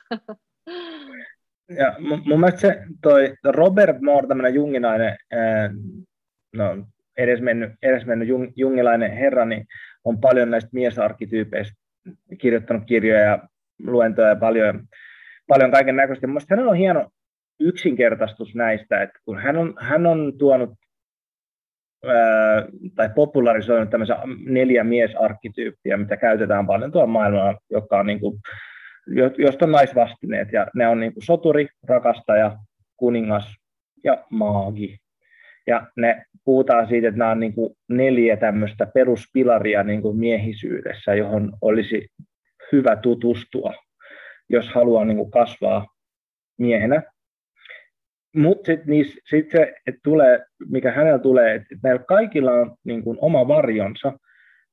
Ja mun mielestä se toi Robert Moore, tämmöinen junginainen, no, edesmennyt, edesmennyt jung, jungilainen herra, niin on paljon näistä miesarkkityypeistä kirjoittanut kirjoja ja luentoja ja paljon, paljon kaiken näköistä. Mielestäni hänellä on hieno yksinkertaistus näistä, että kun hän on, hän on tuonut ää, tai popularisoinut tämmöisen neljä miesarkkityyppiä, mitä käytetään paljon tuolla maailmalla, joka on niin kuin, josta on naisvastineet, ja ne on niin kuin soturi, rakastaja, kuningas ja maagi. Ja ne puhutaan siitä, että nämä on niin kuin neljä tämmöistä peruspilaria niin kuin miehisyydessä, johon olisi hyvä tutustua, jos haluaa niin kuin kasvaa miehenä. Mutta sitten sit se, että tulee, mikä hänellä tulee, että näillä kaikilla on niin kuin oma varjonsa,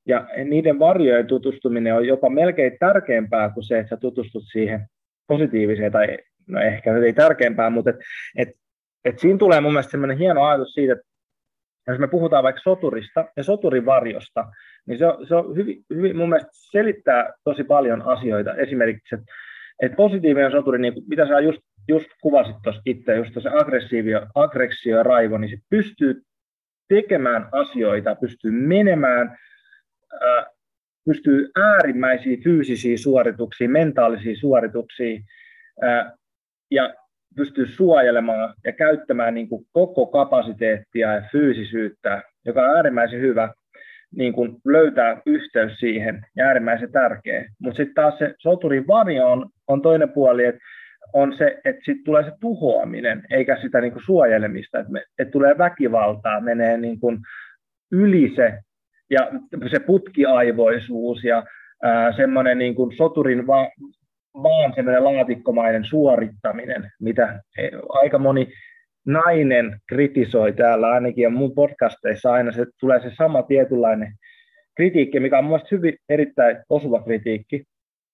Ja niiden varjojen tutustuminen on jopa melkein tärkeämpää kuin se, että sä tutustut siihen positiiviseen, tai no ehkä ei tärkeämpää, mutta et, et, et siinä tulee mun mielestä semmoinen hieno ajatus siitä, että jos me puhutaan vaikka soturista ja soturin varjosta, niin se on, se on hyvin, hyvin mun mielestä selittää tosi paljon asioita. Esimerkiksi, että, että positiivinen soturi, niin mitä sä just, just kuvasit tuossa itse, just se aggressio, aggressio ja raivo, niin se pystyy tekemään asioita, pystyy menemään, ää, pystyy äärimmäisiin fyysisiin suorituksiin, mentaalisiin suorituksiin, ää, ja pystyy suojelemaan ja käyttämään niin kuin koko kapasiteettia ja fyysisyyttä, joka on äärimmäisen hyvä niin kuin löytää yhteys siihen ja äärimmäisen tärkeä. Mutta sitten taas se soturin varjo on, on toinen puoli, että on se, että sitten tulee se tuhoaminen, eikä sitä niin kuin suojelemista, että et tulee väkivaltaa, menee niin kuin yli se, ja se putkiaivoisuus ja ää, semmoinen niin kuin soturin va- vaan semmoinen laatikkomainen suorittaminen, mitä aika moni nainen kritisoi täällä, ainakin ja mun podcasteissa aina se tulee se sama tietynlainen kritiikki, mikä on mielestäni hyvin erittäin osuva kritiikki.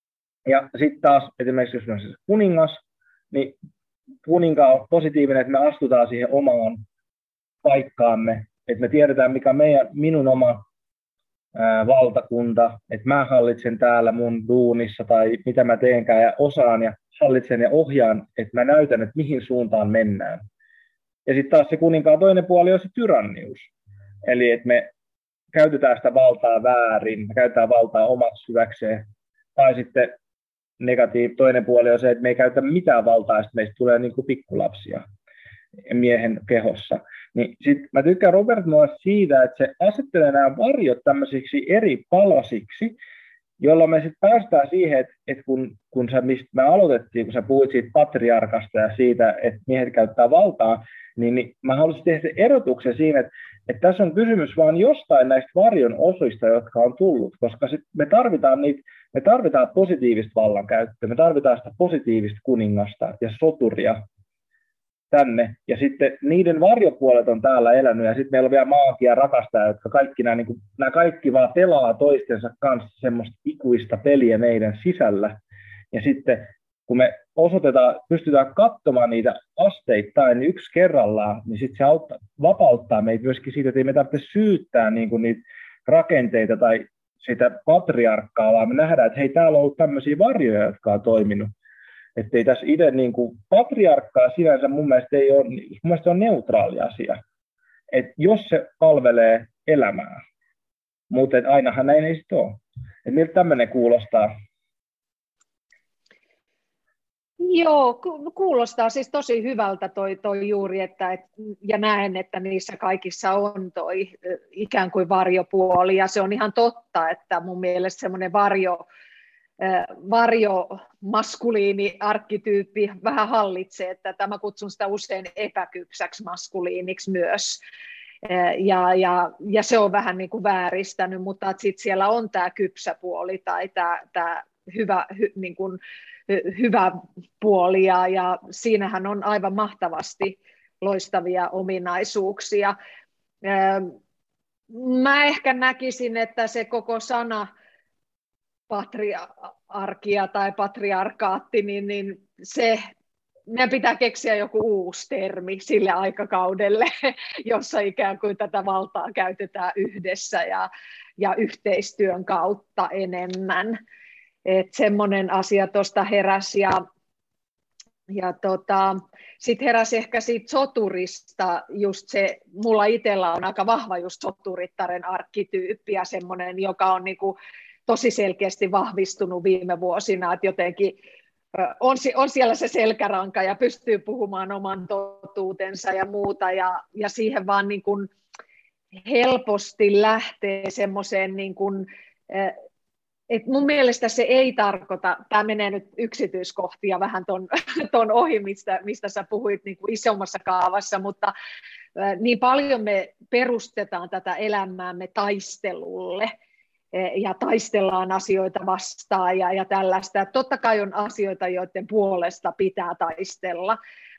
Ja sitten taas esimerkiksi jos on se kuningas, niin kuninkaan on positiivinen, että me astutaan siihen omaan paikkaamme, että me tiedetään, mikä on meidän, minun oma ää, valtakunta, että mä hallitsen täällä mun duunissa tai mitä mä teenkään ja osaan ja hallitsen ja ohjaan, että mä näytän, että mihin suuntaan mennään. Ja sitten taas se kuninkaan toinen puoli on se tyrannius. Eli että me käytetään sitä valtaa väärin, me käytetään valtaa omaksi hyväkseen. Tai sitten negatiiv, toinen puoli on se, että me ei käytä mitään valtaa, ja meistä tulee niin kuin pikkulapsia miehen kehossa. Niin sit mä tykkään Robert Noah siitä, että se asettelee nämä varjot tämmöisiksi eri palasiksi, jolloin me sitten päästään siihen, että, että kun, kun sä, mistä me aloitettiin, kun sä puhuit siitä patriarkasta ja siitä, että miehet käyttää valtaa, niin, niin mä haluaisin tehdä erotuksen siinä, että, että tässä on kysymys vaan jostain näistä varjon osista, jotka on tullut, koska sit me tarvitaan niitä, me tarvitaan positiivista vallankäyttöä, me tarvitaan sitä positiivista kuningasta ja soturia tänne, ja sitten niiden varjopuolet on täällä elänyt, ja sitten meillä on vielä maagia rakastaa, jotka kaikki nämä, niin kuin, nämä kaikki vaan pelaa toistensa kanssa semmoista ikuista peliä meidän sisällä, ja sitten kun me osoitetaan, pystytään katsomaan niitä asteittain niin yksi kerrallaan, niin sitten se auttaa, vapauttaa meitä myöskin siitä, että ei me tarvitse syyttää niin kuin niitä rakenteita tai sitä patriarkkaa, vaan me nähdään, että hei, täällä on ollut tämmöisiä varjoja, jotka on toiminut. Että ei tässä itse niin kuin patriarkkaa sinänsä mun mielestä ei ole, mun mielestä se on neutraali asia. Että jos se palvelee elämää, mutta ainahan näin ei sitten ole. Että miltä tämmöinen kuulostaa? Joo, kuulostaa siis tosi hyvältä toi, toi juuri, että, et, ja näen, että niissä kaikissa on toi ikään kuin varjopuoli, ja se on ihan totta, että mun mielestä semmoinen varjo, varjo maskuliini arkkityyppi vähän hallitsee, että tämä kutsun sitä usein epäkypsäksi maskuliiniksi myös. Ja, ja, ja se on vähän niin kuin vääristänyt, mutta sitten siellä on tämä kypsä puoli tai tämä, tämä hyvä, hy, niin kuin, hyvä puoli, ja, ja siinähän on aivan mahtavasti loistavia ominaisuuksia. Mä ehkä näkisin, että se koko sana patriarkia tai patriarkaatti, niin, niin se, meidän pitää keksiä joku uusi termi sille aikakaudelle, jossa ikään kuin tätä valtaa käytetään yhdessä ja, ja yhteistyön kautta enemmän. Että semmoinen asia tuosta heräsi, ja, ja tota, sitten heräsi ehkä siitä soturista, just se, mulla itsellä on aika vahva just soturittaren arkkityyppi ja semmoinen, joka on niinku tosi selkeästi vahvistunut viime vuosina, että jotenkin on, on siellä se selkäranka ja pystyy puhumaan oman totuutensa ja muuta, ja, ja siihen vaan niin kuin helposti lähtee semmoiseen, niin kuin, että mun mielestä se ei tarkoita, tämä menee nyt yksityiskohtia vähän ton, ton ohi, mistä, mistä sä puhuit niin kuin isommassa kaavassa, mutta niin paljon me perustetaan tätä elämäämme taistelulle, ja taistellaan asioita vastaan ja, ja tällaista. Totta kai on asioita, joiden puolesta pitää taistella,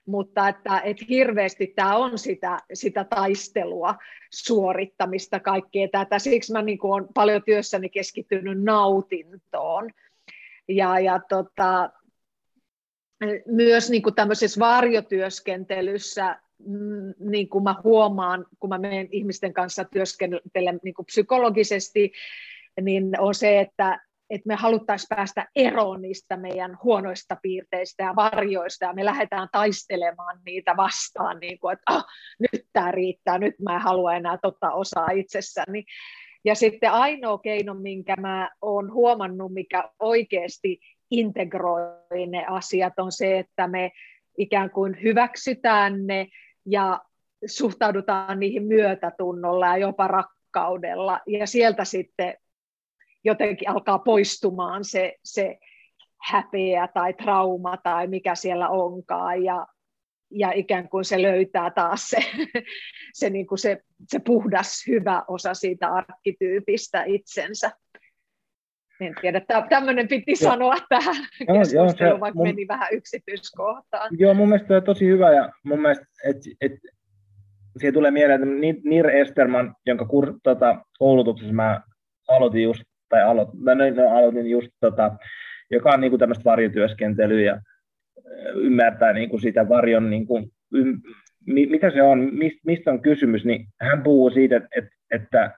mutta että, että hirveästi tämä on sitä, sitä taistelua, suorittamista, kaikkea tätä. Siksi mä niin kuin olen paljon työssäni keskittynyt nautintoon. Ja, ja tota, myös niin kuin tämmöisessä varjotyöskentelyssä, niin kuin mä huomaan, kun mä menen ihmisten kanssa työskentelen niin kuin psykologisesti, niin on se, että, että me haluttaisiin päästä eroon niistä meidän huonoista piirteistä ja varjoista, ja me lähdetään taistelemaan niitä vastaan, niin kuin, että ah, nyt tämä riittää, nyt mä en halua enää ottaa osaa itsessäni. Ja sitten ainoa keino, minkä mä oon huomannut, mikä oikeasti integroi ne asiat, on se, että me ikään kuin hyväksytään ne ja suhtaudutaan niihin myötätunnolla ja jopa rakkaudella, ja sieltä sitten jotenkin alkaa poistumaan se, se häpeä tai trauma tai mikä siellä onkaan, ja, ja ikään kuin se löytää taas se, se, niin kuin se, se puhdas hyvä osa siitä arkkityypistä itsensä. En tiedä, tämmöinen piti joo. sanoa tähän joo, keskusteluun, joo, vaikka mun, meni vähän yksityiskohtaan. Joo, mun mielestä on tosi hyvä, ja mun mielestä, että et, siihen tulee mieleen, että Nir Esterman, jonka kur, tota, koulutuksessa mä aloitin just, tai aloitin, no, aloitin just, tota, joka on niinku tämmöistä varjotyöskentelyä ja ymmärtää niinku sitä varjon, niinku, ym, mitä se on, mistä on kysymys, niin hän puhuu siitä, että, että, että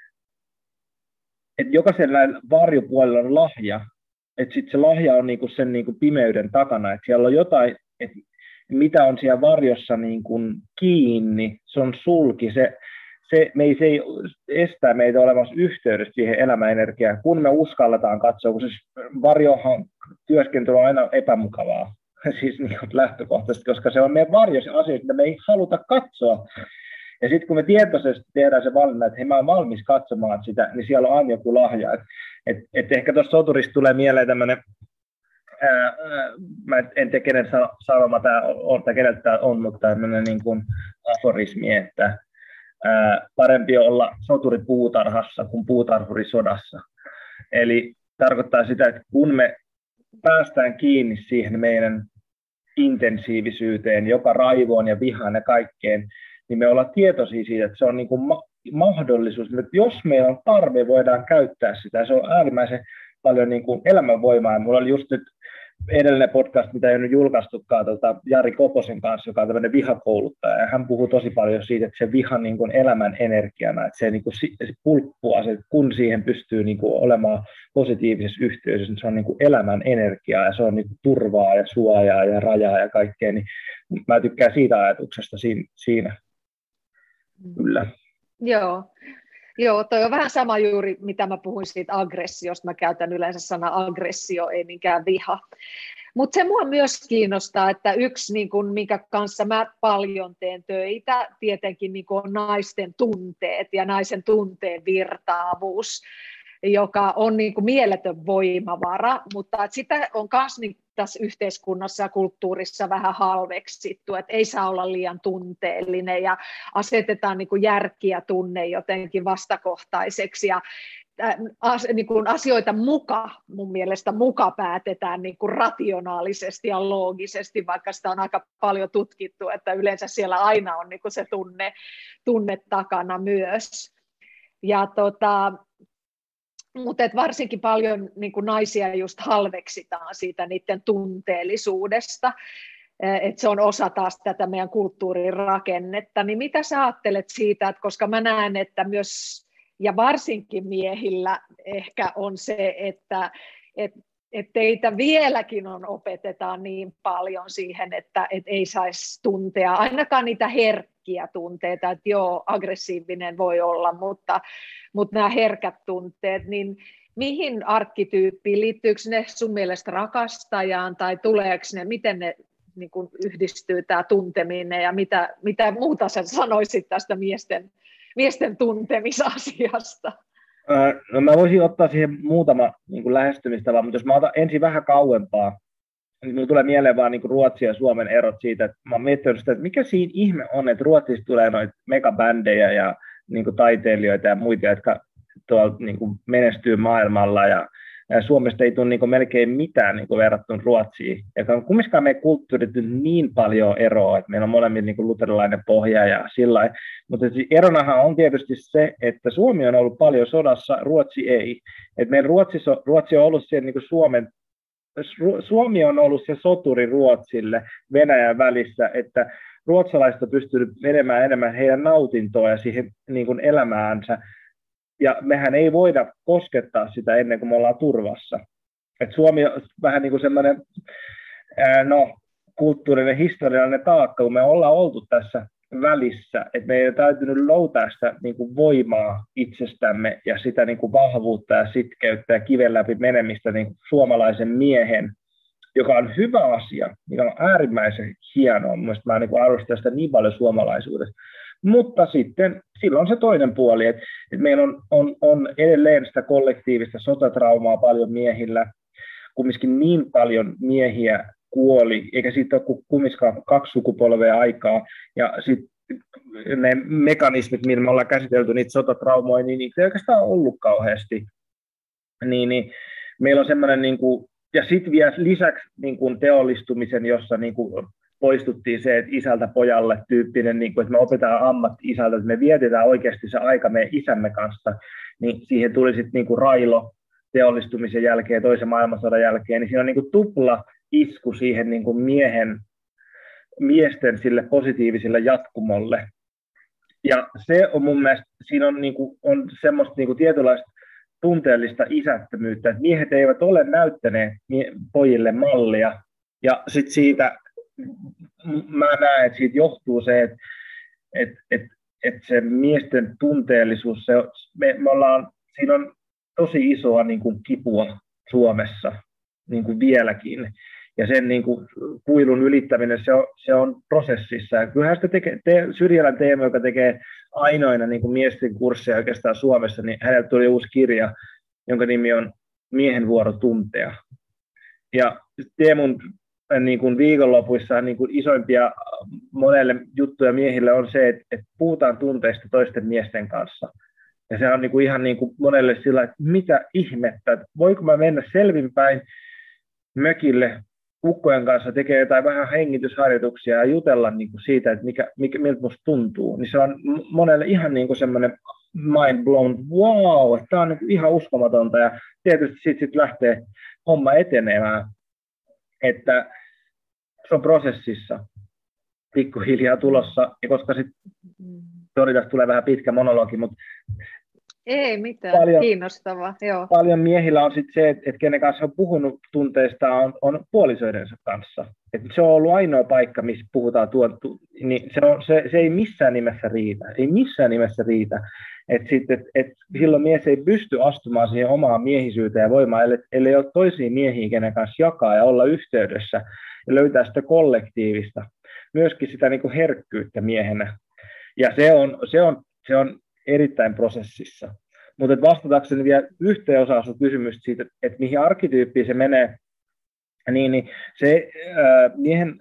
että jokaisella varjopuolella on lahja, että sitten se lahja on niinku sen niinku pimeyden takana, että siellä on jotain, että mitä on siellä varjossa niinku kiinni, se on sulki, se, se, me ei, se ei estää meitä olemassa yhteydessä siihen elämäenergiaan, kun me uskalletaan katsoa, kun se varjohan työskentely on aina epämukavaa, siis niinku lähtökohtaisesti, koska se on meidän varjossa asioita, mitä me ei haluta katsoa. Ja sitten kun me tietoisesti tehdään se valinta, että hei, mä oon valmis katsomaan sitä, niin siellä on aina joku lahja. Et, et, et ehkä tuossa soturista tulee mieleen tämmöinen, mä en tiedä kenen sanoma tämä on, tai keneltä tämä on, mutta tämmöinen niin kuin aforismi, että ää, parempi olla soturi puutarhassa kuin puutarhuri sodassa. Eli tarkoittaa sitä, että kun me päästään kiinni siihen meidän intensiivisyyteen, joka raivoon ja vihaan ja kaikkeen, niin me ollaan tietoisia siitä, että se on niin kuin ma- mahdollisuus, että jos meillä on tarve, voidaan käyttää sitä. Se on äärimmäisen paljon niin kuin elämänvoimaa. Mulla oli just nyt edellinen podcast, mitä ei ole julkaistukaan, tuota Jari Koposen kanssa, joka on tämmöinen vihakouluttaja, ja hän puhuu tosi paljon siitä, että se viha niin kuin elämän energiana, että se, niin kuin, se pulppua, se, kun siihen pystyy niin kuin olemaan positiivisessa yhteydessä, niin se on niin kuin elämän energiaa, ja se on niin kuin turvaa ja suojaa ja rajaa ja kaikkea, niin mä tykkään siitä ajatuksesta siinä. Kyllä. Joo. Joo, toi on vähän sama juuri, mitä mä puhuin siitä aggressiosta. Mä käytän yleensä sanaa aggressio, ei niinkään viha. Mutta se mua myös kiinnostaa, että yksi, niin kun, minkä kanssa mä paljon teen töitä, tietenkin niin kun on naisten tunteet ja naisen tunteen virtaavuus, joka on niin kuin mieletön voimavara, mutta sitä on myös niin tässä yhteiskunnassa ja kulttuurissa vähän halveksittu, että ei saa olla liian tunteellinen ja asetetaan niin kuin järki ja tunne jotenkin vastakohtaiseksi ja niin kuin asioita muka, mun mielestä muka päätetään niin kuin rationaalisesti ja loogisesti, vaikka sitä on aika paljon tutkittu, että yleensä siellä aina on niin kuin se tunne, tunne takana myös. Ja tota, mutta varsinkin paljon niin kuin naisia just halveksitaan siitä niiden tunteellisuudesta, että se on osa taas tätä meidän kulttuurin rakennetta. Niin mitä sä ajattelet siitä, että koska mä näen, että myös ja varsinkin miehillä ehkä on se, että et, et teitä vieläkin on opetetaan niin paljon siihen, että et ei saisi tuntea ainakaan niitä herkkiä tunteita, että joo, aggressiivinen voi olla, mutta, mutta nämä herkät tunteet, niin mihin arkkityyppiin, liittyykö ne sun mielestä rakastajaan tai tuleeko ne, miten ne niin kuin yhdistyy tämä tunteminen ja mitä, mitä muuta sä sanoisit tästä miesten miesten tuntemisasiasta? No mä voisin ottaa siihen muutama niin kuin lähestymistapa, mutta jos mä otan ensin vähän kauempaa, niin minulle tulee mieleen vaan niin kuin Ruotsin ja Suomen erot siitä, että mä oon miettinyt sitä, että mikä siinä ihme on, että Ruotsissa tulee noita megabändejä ja niin kuin taiteilijoita ja muita, jotka tuolla niin kuin menestyy maailmalla ja Suomesta ei tule niin kuin melkein mitään niin kuin verrattuna Ruotsiin. Ja kumminkaan meidän kulttuurit niin paljon eroa, että meillä on molemmin niin kuin luterilainen pohja ja sillä lailla. Mutta eronahan on tietysti se, että Suomi on ollut paljon sodassa, Ruotsi ei. Et meidän Ruotsi, Ruotsi on ollut siellä niin kuin Suomen, Suomi on ollut se soturi Ruotsille Venäjän välissä, että ruotsalaiset on pystynyt menemään enemmän heidän nautintoa ja siihen niin kuin elämäänsä. Ja mehän ei voida koskettaa sitä ennen kuin me ollaan turvassa. Et Suomi on vähän niin kuin semmoinen no, kulttuurinen, historiallinen taakka, kun me ollaan oltu tässä välissä, että meidän on täytynyt löytää sitä niin kuin voimaa itsestämme ja sitä niin kuin vahvuutta ja sitkeyttä ja kiven läpi menemistä niin kuin suomalaisen miehen, joka on hyvä asia, mikä on äärimmäisen hienoa. Mielestäni mä niin kuin arvostan sitä niin paljon suomalaisuudesta. Mutta sitten sillä on se toinen puoli, että, että meillä on, on, on edelleen sitä kollektiivista sotatraumaa paljon miehillä, kumminkin niin paljon miehiä kuoli, eikä siitä ole kumminkaan kaksi sukupolvea aikaa, ja sitten ne mekanismit, millä me ollaan käsitelty niitä sotatraumoja, niin niitä ei oikeastaan ollut kauheasti. Niin, niin meillä on semmoinen, niin kuin, ja sitten vielä lisäksi niin kuin teollistumisen, jossa niin kuin poistuttiin se, että isältä pojalle tyyppinen, niin kuin, että me opetaan ammatti-isältä, että me vietetään oikeasti se aika meidän isämme kanssa, niin siihen tuli sitten niin kuin railo teollistumisen jälkeen, toisen maailmansodan jälkeen, niin siinä on niin kuin tupla isku siihen niin kuin miehen, miesten sille positiiviselle jatkumolle. Ja se on mun mielestä, siinä on, niin kuin, on semmoista niin kuin tietynlaista tunteellista isättömyyttä, että miehet eivät ole näyttäneet pojille mallia, ja sitten siitä mä näen, että siitä johtuu se, että, että, että, että se miesten tunteellisuus, se, me, me ollaan, siinä on tosi isoa niin kuin kipua Suomessa niin kuin vieläkin. Ja sen niin kuin, kuilun ylittäminen, se on, se on prosessissa. Ja kyllähän sitä tekee, te, Syrjälän Teemu, joka tekee ainoina niin kuin miesten kursseja oikeastaan Suomessa, niin hänellä tuli uusi kirja, jonka nimi on Miehen vuoro tuntea. Ja Teemun niin kuin viikonlopuissa niin kuin isoimpia monelle juttuja miehille on se, että, että puhutaan tunteista toisten miesten kanssa. Ja se on niin kuin ihan niin kuin monelle sillä, että mitä ihmettä, että voiko mä mennä selvinpäin mökille ukkojen kanssa, tekee jotain vähän hengitysharjoituksia ja jutella niin kuin siitä, että mikä, mikä, miltä musta tuntuu. Niin se on monelle ihan niin kuin semmoinen mind blown, wow, että tämä on niin kuin ihan uskomatonta. Ja tietysti sitten sit lähtee homma etenemään. Että se on prosessissa pikkuhiljaa tulossa, ja koska sitten, sori, tästä tulee vähän pitkä monologi, mutta ei mitään, paljon, kiinnostavaa. Joo. Paljon miehillä on sitten se, että, että kenen kanssa on puhunut tunteista, on, on puolisoidensa kanssa. Että se on ollut ainoa paikka, missä puhutaan tuon, niin se, on, se, se ei missään nimessä riitä, ei missään nimessä riitä. Että sitten, et, et silloin mies ei pysty astumaan siihen omaan miehisyyteen ja voimaan, ellei, ellei ole toisia miehiä, kenen kanssa jakaa ja olla yhteydessä ja löytää sitä kollektiivista, myöskin sitä niin kuin herkkyyttä miehenä. Ja se on, se on, se on erittäin prosessissa. Mutta vastatakseni vielä yhteen osaan sun kysymystä siitä, että mihin arkkityyppiin se menee, niin, niin se ää, miehen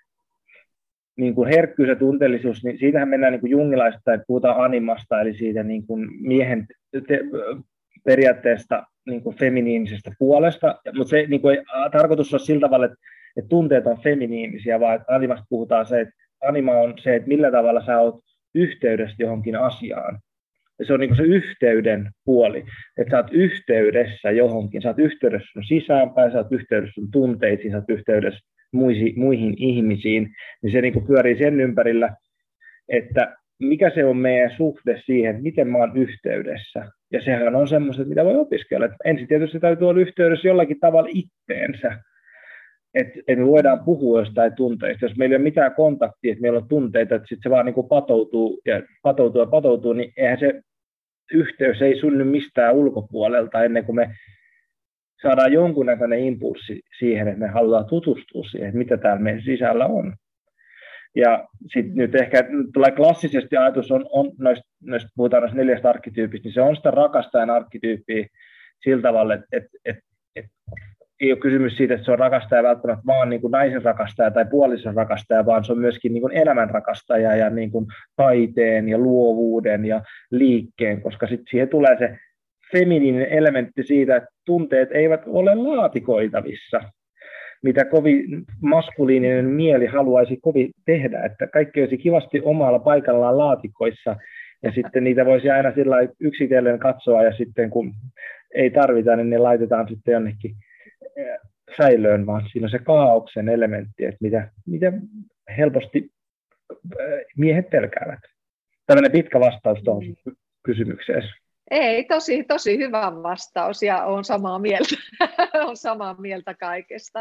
niin kuin herkkyys ja tunteellisuus, niin siitähän mennään niin kuin jungilaista, että puhutaan animasta, eli siitä niin kuin miehen te, periaatteesta niin kuin feminiinisestä puolesta, mutta se niin kuin ei tarkoitus ole sillä tavalla, että, että tunteet on feminiinisiä, vaan että animasta puhutaan se, että anima on se, että millä tavalla sä oot yhteydessä johonkin asiaan. Ja se on niin kuin se yhteyden puoli, että sä oot yhteydessä johonkin, sä oot yhteydessä sun sisäänpäin, sä oot yhteydessä sun tunteisiin, sä oot yhteydessä muihin, muihin ihmisiin, niin se niin kuin pyörii sen ympärillä, että mikä se on meidän suhde siihen, miten mä oon yhteydessä. Ja sehän on semmoista, mitä voi opiskella. Että ensin tietysti täytyy olla yhteydessä jollakin tavalla itteensä, että et me voidaan puhua jostain tunteista. Jos meillä ei ole mitään kontaktia, että meillä on tunteita, että sitten se vaan niin kuin patoutuu ja patoutuu ja patoutuu, niin eihän se yhteys ei synny mistään ulkopuolelta ennen kuin me saadaan jonkunnäköinen impulssi siihen, että me halutaan tutustua siihen, että mitä täällä meidän sisällä on. Ja sitten nyt ehkä tulee klassisesti ajatus, on, on noista, noista, puhutaan noista neljästä arkkityypistä, niin se on sitä rakastajan arkkityyppiä sillä tavalla, että et, et, et, ei ole kysymys siitä, että se on rakastaja välttämättä vaan niin kuin naisen rakastaja tai puolison rakastaja, vaan se on myöskin niin kuin elämän rakastaja ja niin kuin taiteen ja luovuuden ja liikkeen, koska sitten siihen tulee se feminiininen elementti siitä, että tunteet eivät ole laatikoitavissa, mitä kovin maskuliininen mieli haluaisi kovin tehdä, että kaikki olisi kivasti omalla paikallaan laatikoissa, ja sitten niitä voisi aina sillä yksitellen katsoa, ja sitten kun ei tarvita, niin ne laitetaan sitten jonnekin säilöön, vaan siinä on se kaaoksen elementti, että mitä, mitä helposti miehet pelkäävät. Tällainen pitkä vastaus tuohon mm. kysymykseen. Ei, tosi, tosi hyvä vastaus ja olen samaa mieltä, olen samaa mieltä kaikesta.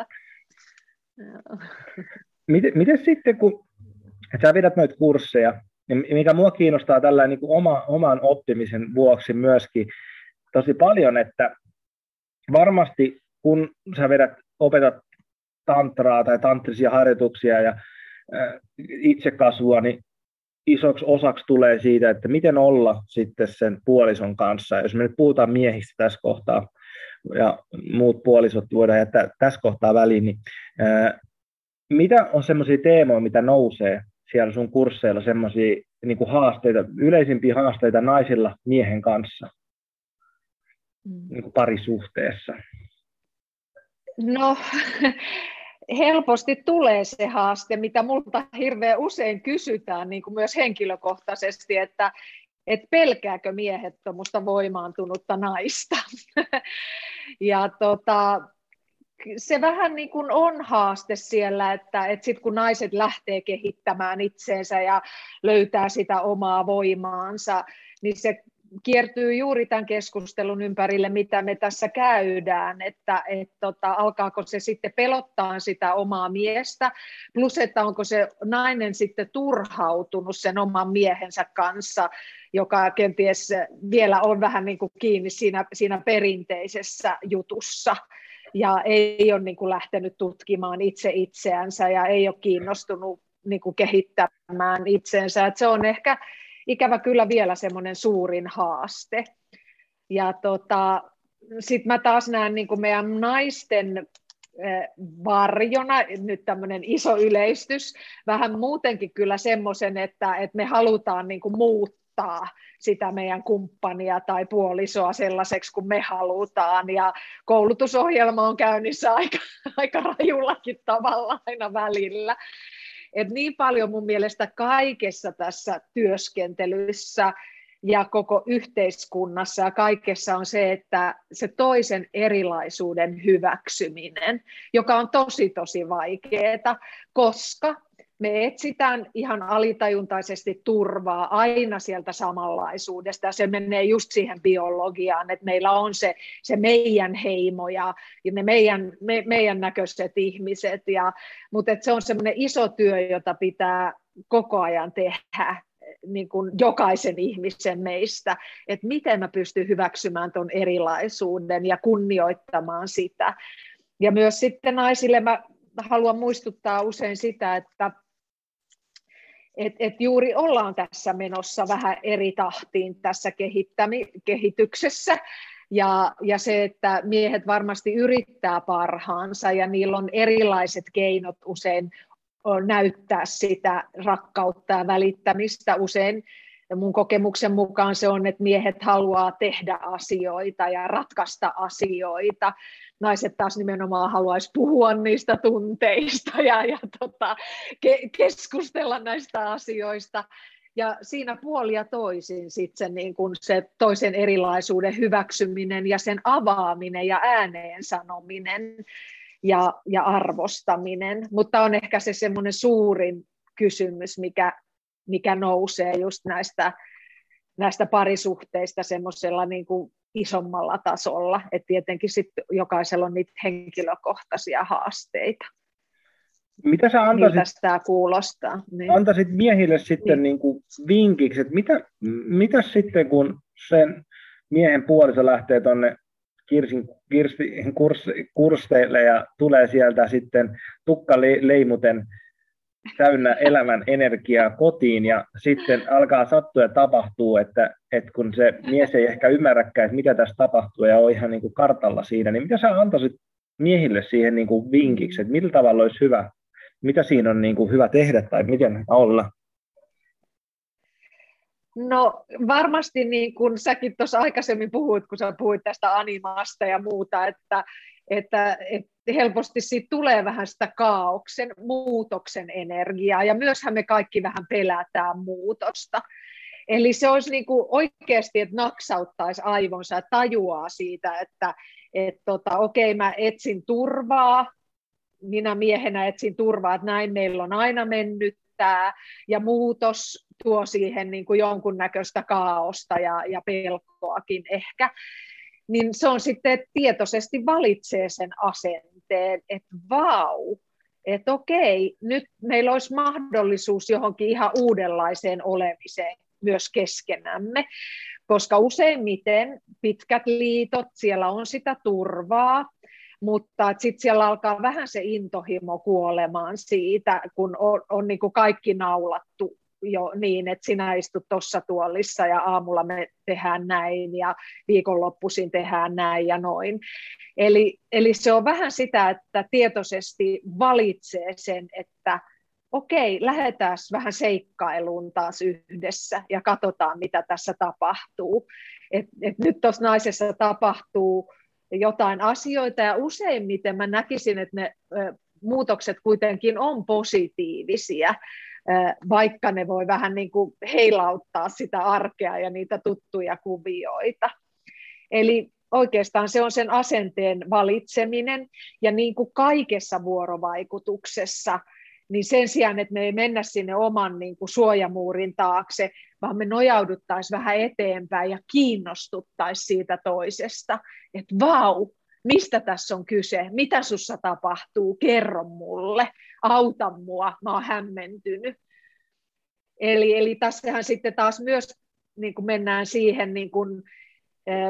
Miten, miten sitten, kun sä vedät noita kursseja, niin mikä mua kiinnostaa tällä niin kuin oma, oman oppimisen vuoksi myöskin tosi paljon, että varmasti kun sä vedät, opetat tantraa tai tantrisia harjoituksia ja itsekasvua, niin isoksi osaksi tulee siitä, että miten olla sitten sen puolison kanssa. Jos me nyt puhutaan miehistä tässä kohtaa, ja muut puolisot voidaan jättää tässä kohtaa väliin, niin ää, mitä on semmoisia teemoja, mitä nousee siellä sun kursseilla, semmoisia niin kuin haasteita, yleisimpiä haasteita naisilla miehen kanssa, mm. niin kuin parisuhteessa? No, helposti tulee se haaste, mitä multa hirveän usein kysytään, niin kuin myös henkilökohtaisesti, että et pelkääkö miehet tuommoista voimaantunutta naista. Ja tota, se vähän niin kuin on haaste siellä, että et sit kun naiset lähtee kehittämään itseensä ja löytää sitä omaa voimaansa, niin se kiertyy juuri tämän keskustelun ympärille, mitä me tässä käydään, että et tota, alkaako se sitten pelottaa sitä omaa miestä, plus että onko se nainen sitten turhautunut sen oman miehensä kanssa, joka kenties vielä on vähän niin kuin kiinni siinä, siinä perinteisessä jutussa ja ei ole niin kuin lähtenyt tutkimaan itse itseänsä ja ei ole kiinnostunut niin kuin kehittämään itsensä, että se on ehkä ikävä kyllä vielä semmoinen suurin haaste. Ja tota, sitten mä taas näen niin kuin meidän naisten varjona, nyt tämmöinen iso yleistys, vähän muutenkin kyllä semmoisen, että, että me halutaan niin kuin muuttaa sitä meidän kumppania tai puolisoa sellaiseksi kuin me halutaan, ja koulutusohjelma on käynnissä aika, aika rajullakin tavalla aina välillä. Et niin paljon mun mielestä kaikessa tässä työskentelyssä ja koko yhteiskunnassa ja kaikessa on se, että se toisen erilaisuuden hyväksyminen, joka on tosi tosi vaikeaa, koska me etsitään ihan alitajuntaisesti turvaa aina sieltä samanlaisuudesta, ja se menee just siihen biologiaan, että meillä on se, se meidän heimo ja, ja ne meidän, me, meidän näköiset ihmiset, ja, mutta se on semmoinen iso työ, jota pitää koko ajan tehdä, niin kuin jokaisen ihmisen meistä, että miten mä pystyn hyväksymään ton erilaisuuden ja kunnioittamaan sitä. Ja myös sitten naisille mä haluan muistuttaa usein sitä, että et, et juuri ollaan tässä menossa vähän eri tahtiin tässä kehityksessä, ja, ja se, että miehet varmasti yrittää parhaansa, ja niillä on erilaiset keinot usein näyttää sitä rakkautta ja välittämistä. Usein mun kokemuksen mukaan se on, että miehet haluaa tehdä asioita ja ratkaista asioita. Naiset taas nimenomaan haluaisi puhua niistä tunteista ja, ja tota, ke, keskustella näistä asioista. Ja siinä puoli ja toisin sit se, niin kun se toisen erilaisuuden hyväksyminen ja sen avaaminen ja ääneen sanominen ja, ja arvostaminen. Mutta on ehkä se semmoinen suurin kysymys, mikä, mikä nousee just näistä, näistä parisuhteista semmoisella niin kuin isommalla tasolla, että tietenkin sitten jokaisella on niitä henkilökohtaisia haasteita. Mitä sä antaisit, miltä tämä kuulostaa? Niin. Antaisit miehille sitten niin. Niin kuin vinkiksi, että mitä, mitä sitten kun sen miehen puoliso lähtee tuonne Kirsin, Kirsin kursseille ja tulee sieltä sitten tukka leimuten täynnä elämän energiaa kotiin, ja sitten alkaa sattua ja tapahtuu, että, että kun se mies ei ehkä ymmärräkään, että mitä tässä tapahtuu ja on ihan niin kuin kartalla siinä, niin mitä sä antaisit miehille siihen niin kuin vinkiksi, että millä tavalla olisi hyvä, mitä siinä on niin kuin hyvä tehdä tai miten olla? No varmasti niin kuin säkin tuossa aikaisemmin puhuit, kun sä puhuit tästä animasta ja muuta, että, että, että helposti siitä tulee vähän sitä kaaoksen, muutoksen energiaa ja myöshän me kaikki vähän pelätään muutosta. Eli se olisi niin kuin oikeasti, että naksauttaisi aivonsa ja tajuaa siitä, että et tota, okei, mä etsin turvaa, minä miehenä etsin turvaa, että näin meillä on aina mennyt tämä, ja muutos tuo siihen niin kuin jonkunnäköistä kaaosta ja, ja pelkoakin ehkä, niin se on sitten, että tietoisesti valitsee sen asenteen, että vau, että okei, nyt meillä olisi mahdollisuus johonkin ihan uudenlaiseen olemiseen myös keskenämme, koska useimmiten pitkät liitot, siellä on sitä turvaa, mutta sitten siellä alkaa vähän se intohimo kuolemaan siitä, kun on, on niin kuin kaikki naulattu jo niin, että sinä istut tuossa tuolissa ja aamulla me tehdään näin ja viikonloppuisin tehdään näin ja noin. Eli, eli se on vähän sitä, että tietoisesti valitsee sen, että okei, lähdetään vähän seikkailuun taas yhdessä ja katsotaan, mitä tässä tapahtuu. Et, et nyt tuossa naisessa tapahtuu jotain asioita ja useimmiten mä näkisin, että ne ö, muutokset kuitenkin on positiivisia, ö, vaikka ne voi vähän niin kuin heilauttaa sitä arkea ja niitä tuttuja kuvioita. Eli oikeastaan se on sen asenteen valitseminen ja niin kuin kaikessa vuorovaikutuksessa, niin sen sijaan, että me ei mennä sinne oman niin kuin suojamuurin taakse, vaan me nojauduttaisiin vähän eteenpäin ja kiinnostuttaisiin siitä toisesta, että vau, mistä tässä on kyse, mitä sussa tapahtuu, kerro mulle, auta mua, mä oon hämmentynyt. Eli, eli tässähän sitten taas myös niin kuin mennään siihen niin kuin, eh,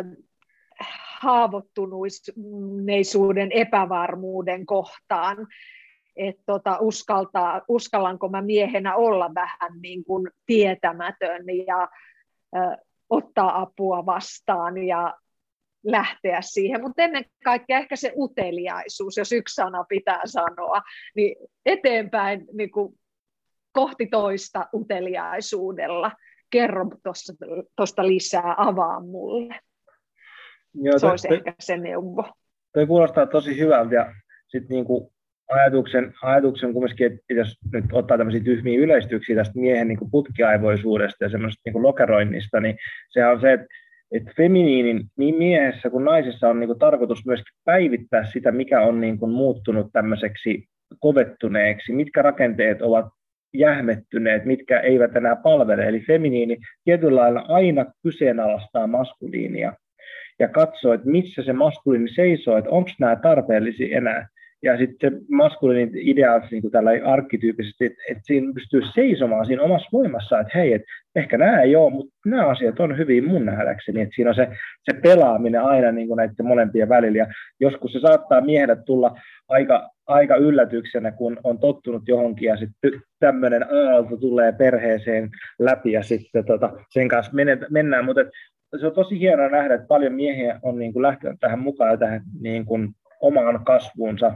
haavoittuneisuuden epävarmuuden kohtaan, että tota, uskaltaa, uskallanko mä miehenä olla vähän niin kuin tietämätön ja ö, ottaa apua vastaan ja lähteä siihen, mutta ennen kaikkea ehkä se uteliaisuus, jos yksi sana pitää sanoa, niin eteenpäin niin kuin kohti toista uteliaisuudella. Kerro tuosta lisää, avaa mulle. Joo, se toi, olisi toi, ehkä se neuvo. Toi kuulostaa tosi hyvältä ja sitten niinku ajatuksen, ajatuksen kumminkin, että jos nyt ottaa tämmöisiä tyhmiä yleistyksiä tästä miehen niin kuin putkiaivoisuudesta ja semmoisesta niin kuin lokeroinnista, niin se on se, että, että feminiinin niin miehessä kuin naisessa on niin kuin tarkoitus myöskin päivittää sitä, mikä on niin kuin muuttunut tämmöiseksi kovettuneeksi, mitkä rakenteet ovat jähmettyneet, mitkä eivät enää palvele. Eli feminiini tietyllä lailla aina kyseenalaistaa maskuliinia ja katsoo, että missä se maskuliini seisoo, että onko nämä tarpeellisia enää. Ja sitten maskuliinin idea niin kuin tällä arkkityyppisesti, että, että siinä pystyy seisomaan siinä omassa voimassa, että hei, että ehkä nämä ei ole, mutta nämä asiat on hyvin mun nähdäkseni, että siinä on se, se pelaaminen aina niin kuin näiden molempien välillä. Ja joskus se saattaa miehelle tulla aika, aika yllätyksenä, kun on tottunut johonkin ja sitten tämmöinen aalto tulee perheeseen läpi ja sitten tota, sen kanssa mennään. Mutta se on tosi hienoa nähdä, että paljon miehiä on niin kuin lähtenyt tähän mukaan ja tähän niin kuin omaan kasvuunsa.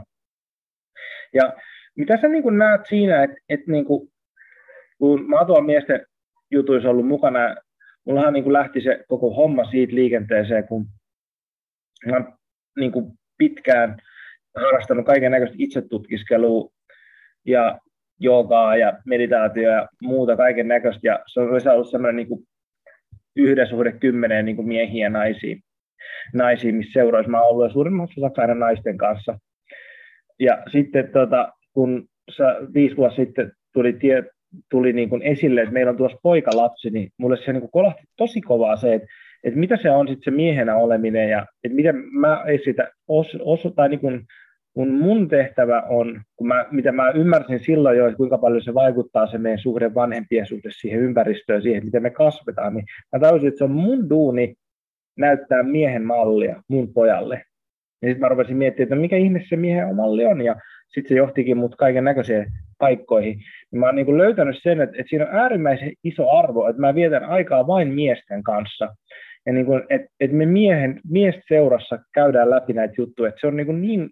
Ja mitä sä niin kuin näet siinä, että, että niin kuin, kun mä oon tuolla miesten jutuissa ollut mukana, mullahan niin kuin lähti se koko homma siitä liikenteeseen, kun mä oon niin kuin pitkään harrastanut kaiken näköistä itsetutkiskelua ja joogaa ja meditaatio ja muuta kaiken näköistä, ja se on ollut semmoinen niin kuin yhden suhde kymmeneen niin kuin miehiä ja naisia, naisia, missä seuroissa mä oon ollut, ja suurimmassa osaksi aina naisten kanssa. Ja sitten tota, kun sä, viisi vuotta sitten tuli, tie, tuli niin kuin esille, että meillä on tuossa poikalapsi, niin mulle se niin kuin kolahti tosi kovaa se, että, että mitä se on sitten se miehenä oleminen, ja että miten mä esitän, os, os, tai niin kuin, kun mun tehtävä on, kun mä, mitä mä ymmärsin silloin jo, että kuinka paljon se vaikuttaa se meidän suhde, vanhempien suhde siihen ympäristöön, siihen, miten me kasvetaan, niin mä tajusin, että se on mun duuni näyttää miehen mallia mun pojalle. Ja sitten mä rupesin miettimään, että mikä ihme se miehen malli on, ja sitten se johtikin mut kaiken näköisiin paikkoihin. Ja mä oon niin kuin löytänyt sen, että, että siinä on äärimmäisen iso arvo, että mä vietän aikaa vain miesten kanssa. Ja niin kuin, että, että me miehen, miesseurassa käydään läpi näitä juttuja, että se on niin kuin niin,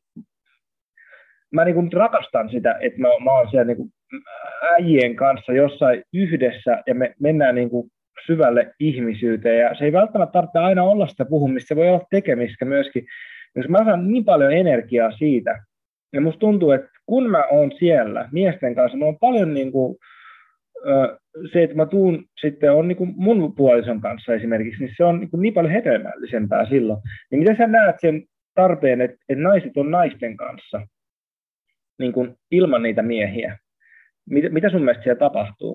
mä niin kuin rakastan sitä, että mä, mä oon siellä niin kuin äijien kanssa jossain yhdessä, ja me mennään niin kuin syvälle ihmisyyteen, ja se ei välttämättä tarvitse aina olla sitä puhumista, se voi olla tekemistä myöskin, jos mä saan niin paljon energiaa siitä, ja musta tuntuu, että kun mä oon siellä miesten kanssa, mulla on paljon niin kuin, se, että mä tuun sitten on niin kuin mun puolison kanssa esimerkiksi, niin se on niin, kuin niin paljon hedelmällisempää silloin. Niin miten sä näet sen tarpeen, että, että naiset on naisten kanssa niin kuin ilman niitä miehiä? Mitä, mitä sun mielestä siellä tapahtuu?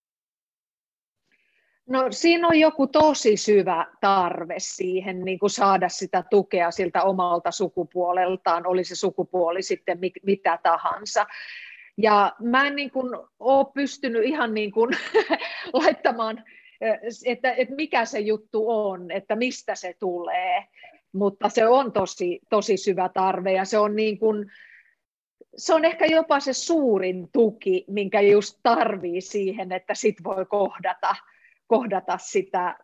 No siinä on joku tosi syvä tarve siihen niin kuin saada sitä tukea siltä omalta sukupuoleltaan, oli se sukupuoli sitten mitä tahansa. Ja mä en niin kuin ole pystynyt ihan niin kuin laittamaan, että, että mikä se juttu on, että mistä se tulee, mutta se on tosi, tosi syvä tarve ja se on, niin kuin, se on ehkä jopa se suurin tuki, minkä just tarvii siihen, että sit voi kohdata, kohdata sitä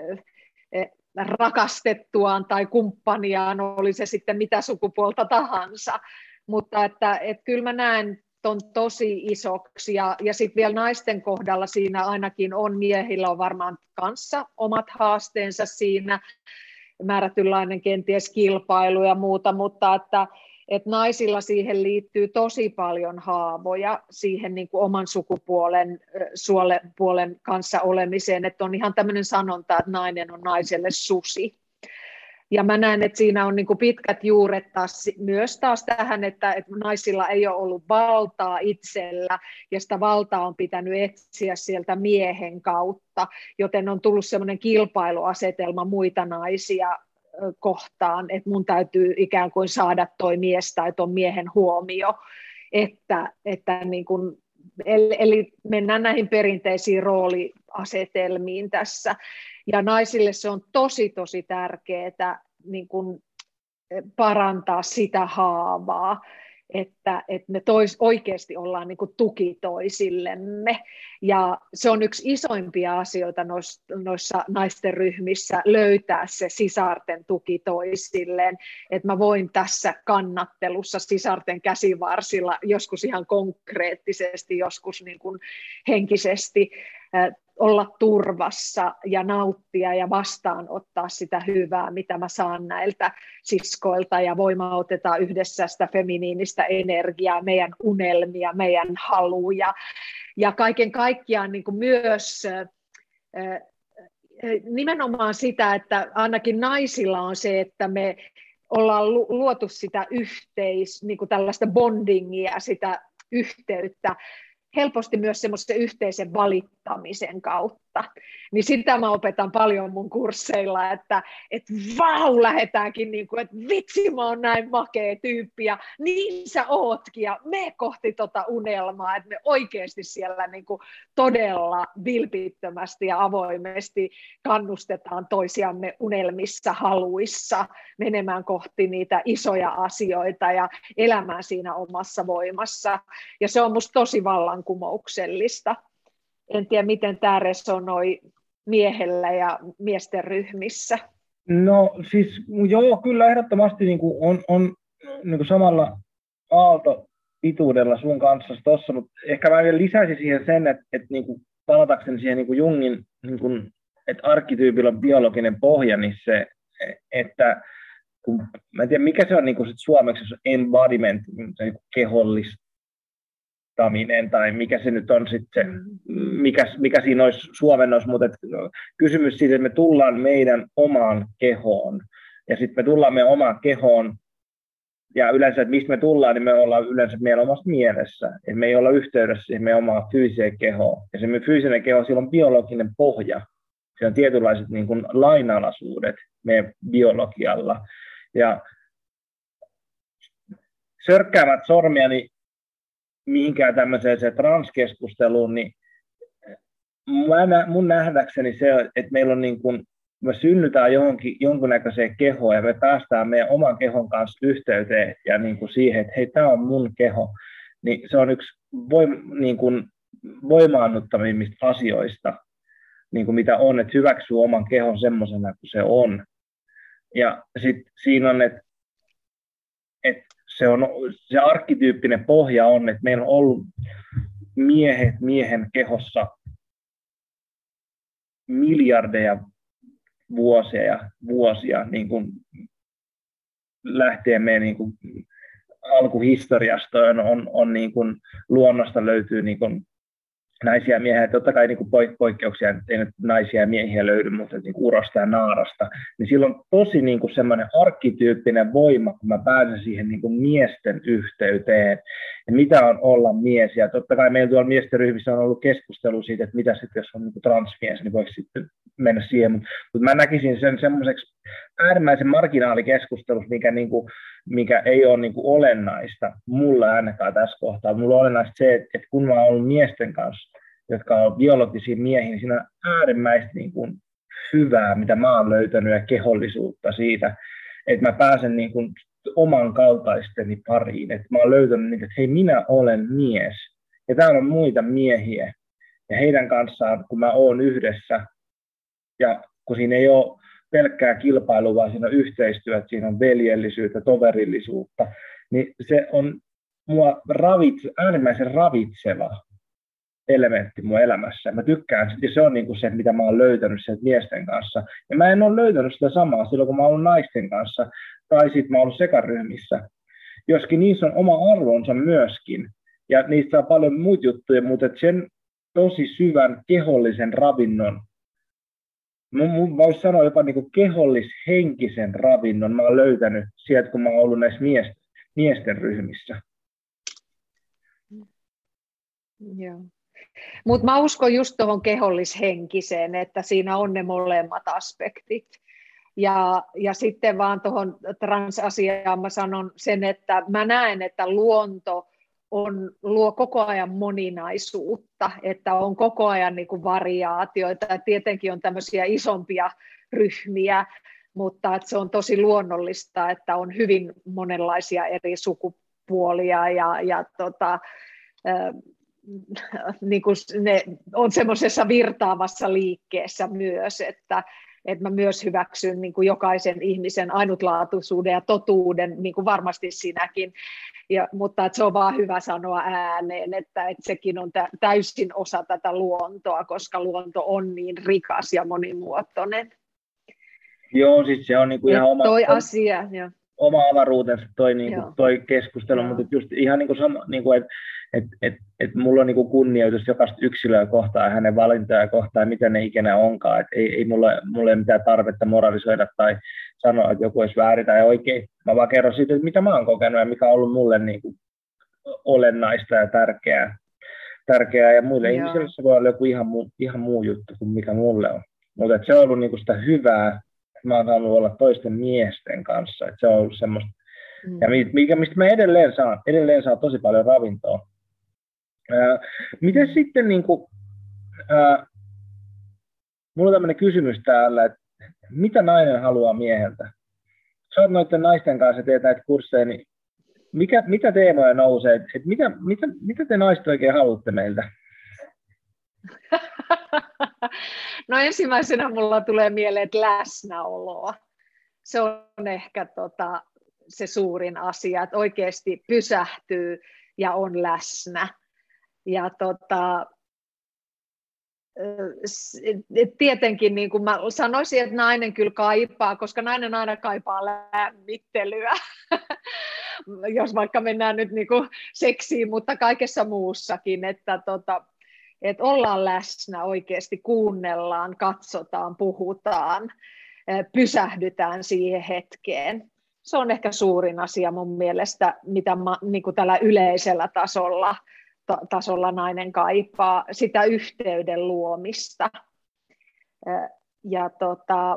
rakastettuaan tai kumppaniaan, oli se sitten mitä sukupuolta tahansa, mutta että, että kyllä mä näen on tosi isoksi ja, ja sitten vielä naisten kohdalla siinä ainakin on, miehillä on varmaan kanssa omat haasteensa siinä, määrätynlainen kenties kilpailu ja muuta, mutta että, että naisilla siihen liittyy tosi paljon haavoja siihen niin kuin oman sukupuolen suolepuolen kanssa olemiseen, että on ihan tämmöinen sanonta, että nainen on naiselle susi. Ja mä näen, että siinä on niin kuin pitkät juuret taas, myös taas tähän, että, että naisilla ei ole ollut valtaa itsellä, ja sitä valtaa on pitänyt etsiä sieltä miehen kautta, joten on tullut semmoinen kilpailuasetelma muita naisia kohtaan, että mun täytyy ikään kuin saada toi mies tai ton miehen huomio, että, että niin kuin, eli mennään näihin perinteisiin rooliasetelmiin tässä. Ja naisille se on tosi, tosi tärkeää niin kuin parantaa sitä haavaa, että, että me tois, oikeasti ollaan niin kuin tuki toisillemme. Ja se on yksi isoimpia asioita noissa, noissa naisten ryhmissä, löytää se sisarten tuki toisilleen. Että mä voin tässä kannattelussa sisarten käsivarsilla joskus ihan konkreettisesti, joskus niin kuin henkisesti olla turvassa ja nauttia ja vastaanottaa sitä hyvää, mitä mä saan näiltä siskoilta ja voimautetaan yhdessä sitä feminiinistä energiaa, meidän unelmia, meidän haluja ja kaiken kaikkiaan niin kuin myös nimenomaan sitä, että ainakin naisilla on se, että me ollaan luotu sitä yhteis, niin kuin tällaista bondingia, sitä yhteyttä, helposti myös semmoisen yhteisen valittamisen kautta. Niin sitä mä opetan paljon mun kursseilla, että et vau, lähdetäänkin niin kuin, että vitsi mä oon näin makea tyyppi ja niin sä ootkin ja mene kohti tota unelmaa, että me oikeasti siellä niin kuin todella vilpittömästi ja avoimesti kannustetaan toisiamme unelmissa, haluissa menemään kohti niitä isoja asioita ja elämään siinä omassa voimassa. Ja se on musta tosi vallankumouksellista. En tiedä, miten tämä resonoi miehellä ja miesten ryhmissä. No siis joo, kyllä ehdottomasti niin kuin on, on niin kuin samalla aaltopituudella sun kanssa tuossa, mutta ehkä mä vielä lisäisin siihen sen, että, että niin kuin palatakseni siihen niin kuin Jungin, niin kuin, että arkkityypillä on biologinen pohja, niin se, että kun, mä en tiedä mikä se on niin kuin sit suomeksi, se embodiment, se niin kuin kehollista, tai mikä se nyt on sitten, mikä, mikä siinä olisi suomennos, mutta kysymys siitä, että me tullaan meidän omaan kehoon, ja sitten me tullaan meidän omaan kehoon, ja yleensä, että mistä me tullaan, niin me ollaan yleensä meidän omassa mielessä, että me ei olla yhteydessä siihen meidän omaan fyysiseen kehoon, ja se meidän fyysinen keho, sillä on biologinen pohja, siellä on tietynlaiset niin kuin lainalaisuudet meidän biologialla, ja sörkkäämät sormiani mihinkään tämmöiseen se transkeskusteluun, niin mun nähdäkseni se, että meillä on niin kuin, me synnytään johonkin, jonkunnäköiseen kehoon ja me päästään meidän oman kehon kanssa yhteyteen ja niin kuin siihen, että hei, tämä on mun keho, niin se on yksi voim, niin kuin voimaannuttavimmista asioista, niin kuin mitä on, että hyväksyy oman kehon semmoisena kuin se on. Ja sitten siinä on, että, että Se, on, se arkkityyppinen pohja on, että meillä on ollut miehet miehen kehossa miljardeja vuosia ja vuosia niin kuin lähtien meidän niin kuin alkuhistoriasta on, on, on niin kuin luonnosta löytyy niin kuin naisia ja miehiä. Totta kai niin kuin poikkeuksia, ei nyt naisia ja miehiä löydy, mutta niin kuin urosta ja naarasta. Niin silloin on tosi niin kuin semmoinen arkkityyppinen voima, kun mä pääsen siihen niin kuin miesten yhteyteen, ja mitä on olla mies. Ja totta kai meillä tuolla miesten ryhmissä on ollut keskustelu siitä, että mitä sitten, jos on niin kuin transmies, niin voiko sitten mennä siihen. Mutta mut mä näkisin sen semmoiseksi äärimmäisen marginaalikeskustelussa, mikä, niin kuin, mikä ei ole niin kuin olennaista mulle ainakaan tässä kohtaa. Mulla on olennaista se, että, että kun mä oon ollut miesten kanssa, jotka on biologisia miehiä, niin siinä on äärimmäistä niin kuin hyvää, mitä mä oon löytänyt, ja kehollisuutta siitä, että mä pääsen niin kuin oman kaltaisteni pariin. Että mä oon löytänyt niitä, että hei, minä olen mies. Ja täällä on muita miehiä. Ja heidän kanssaan, kun mä oon yhdessä, ja kun siinä ei ole pelkkää kilpailua, vaan siinä on yhteistyötä, siinä on veljellisyyttä, toverillisuutta, niin se on mua ravitse, äärimmäisen ravitseva elementti mun elämässä. Mä tykkään, ja se on niin kuin se, mitä mä oon löytänyt sieltä miesten kanssa. Ja mä en ole löytänyt sitä samaa silloin, kun mä oon ollut naisten kanssa, tai sitten mä oon ollut sekaryhmissä. Joskin niissä on oma arvonsa myöskin, ja niistä on paljon muita juttuja, mutta sen tosi syvän kehollisen ravinnon, mun voisi sanoa jopa niin kuin kehollis-henkisen ravinnon mä oon löytänyt sieltä, kun mä oon ollut näissä miesten, miesten ryhmissä. Joo. Mutta mä uskon just tuohon kehollishenkiseen, että siinä on ne molemmat aspektit. Ja, ja sitten vaan tuohon transasiaan mä sanon sen, että mä näen, että luonto on, luo koko ajan moninaisuutta, että on koko ajan niin kuin variaatioita. Ja tietenkin on tämmöisiä isompia ryhmiä, mutta että se on tosi luonnollista, että on hyvin monenlaisia eri sukupuolia ja, ja tota, äh, niin kuin ne on semmoisessa virtaavassa liikkeessä myös, että, että mä myös hyväksyn niin kuin jokaisen ihmisen ainutlaatuisuuden ja totuuden, niin kuin varmasti sinäkin, ja, mutta että se on vaan hyvä sanoa ääneen, että, että sekin on täysin osa tätä luontoa, koska luonto on niin rikas ja monimuotoinen. Joo, siis se on niin kuin ihan oma, toi asia, jo. oma avaruutensa toi, niin kuin, toi keskustelu, Joo. mutta just ihan niin kuin sama, niin kuin, että et, et, et mulla on niin kuin kunnioitus jokaista yksilöä kohtaan ja hänen valintoja kohtaan, mitä ne ikinä onkaan. Et ei ei mulla, mulla ei mitään tarvetta moralisoida tai sanoa, että joku olisi väärin tai oikein. Mä vaan kerron siitä, että mitä mä oon kokenut ja mikä on ollut mulle niin kuin olennaista ja tärkeää. tärkeää. Ja muille Joo. ihmisille se voi olla joku ihan muu, ihan muu juttu kuin mikä mulle on. Mutta se on ollut niin kuin sitä hyvää. Mä oon saanut olla toisten miesten kanssa. Et se on ollut semmoista. Mm. Ja mikä, mistä mä edelleen saan, edelleen saan tosi paljon ravintoa. Ää, miten sitten, niin kuin, ää, mulla on tämmöinen kysymys täällä, että mitä nainen haluaa mieheltä? Sä oot noiden naisten kanssa, teet näitä kursseja, niin mikä, mitä teemoja nousee? Et, et mitä, mitä, mitä te naiset oikein haluatte meiltä? No ensimmäisenä mulla tulee mieleen, että läsnäoloa. Se on ehkä tota, se suurin asia, että oikeasti pysähtyy ja on läsnä. Ja tota, tietenkin niin kuin mä sanoisin, että nainen kyllä kaipaa, koska nainen aina kaipaa lämmittelyä, jos vaikka mennään nyt niin kuin seksiin, mutta kaikessa muussakin, että, tota, että ollaan läsnä oikeasti, kuunnellaan, katsotaan, puhutaan, pysähdytään siihen hetkeen. Se on ehkä suurin asia mun mielestä, mitä mä, niin kuin tällä yleisellä tasolla tasolla nainen kaipaa, sitä yhteyden luomista. Ja, tota,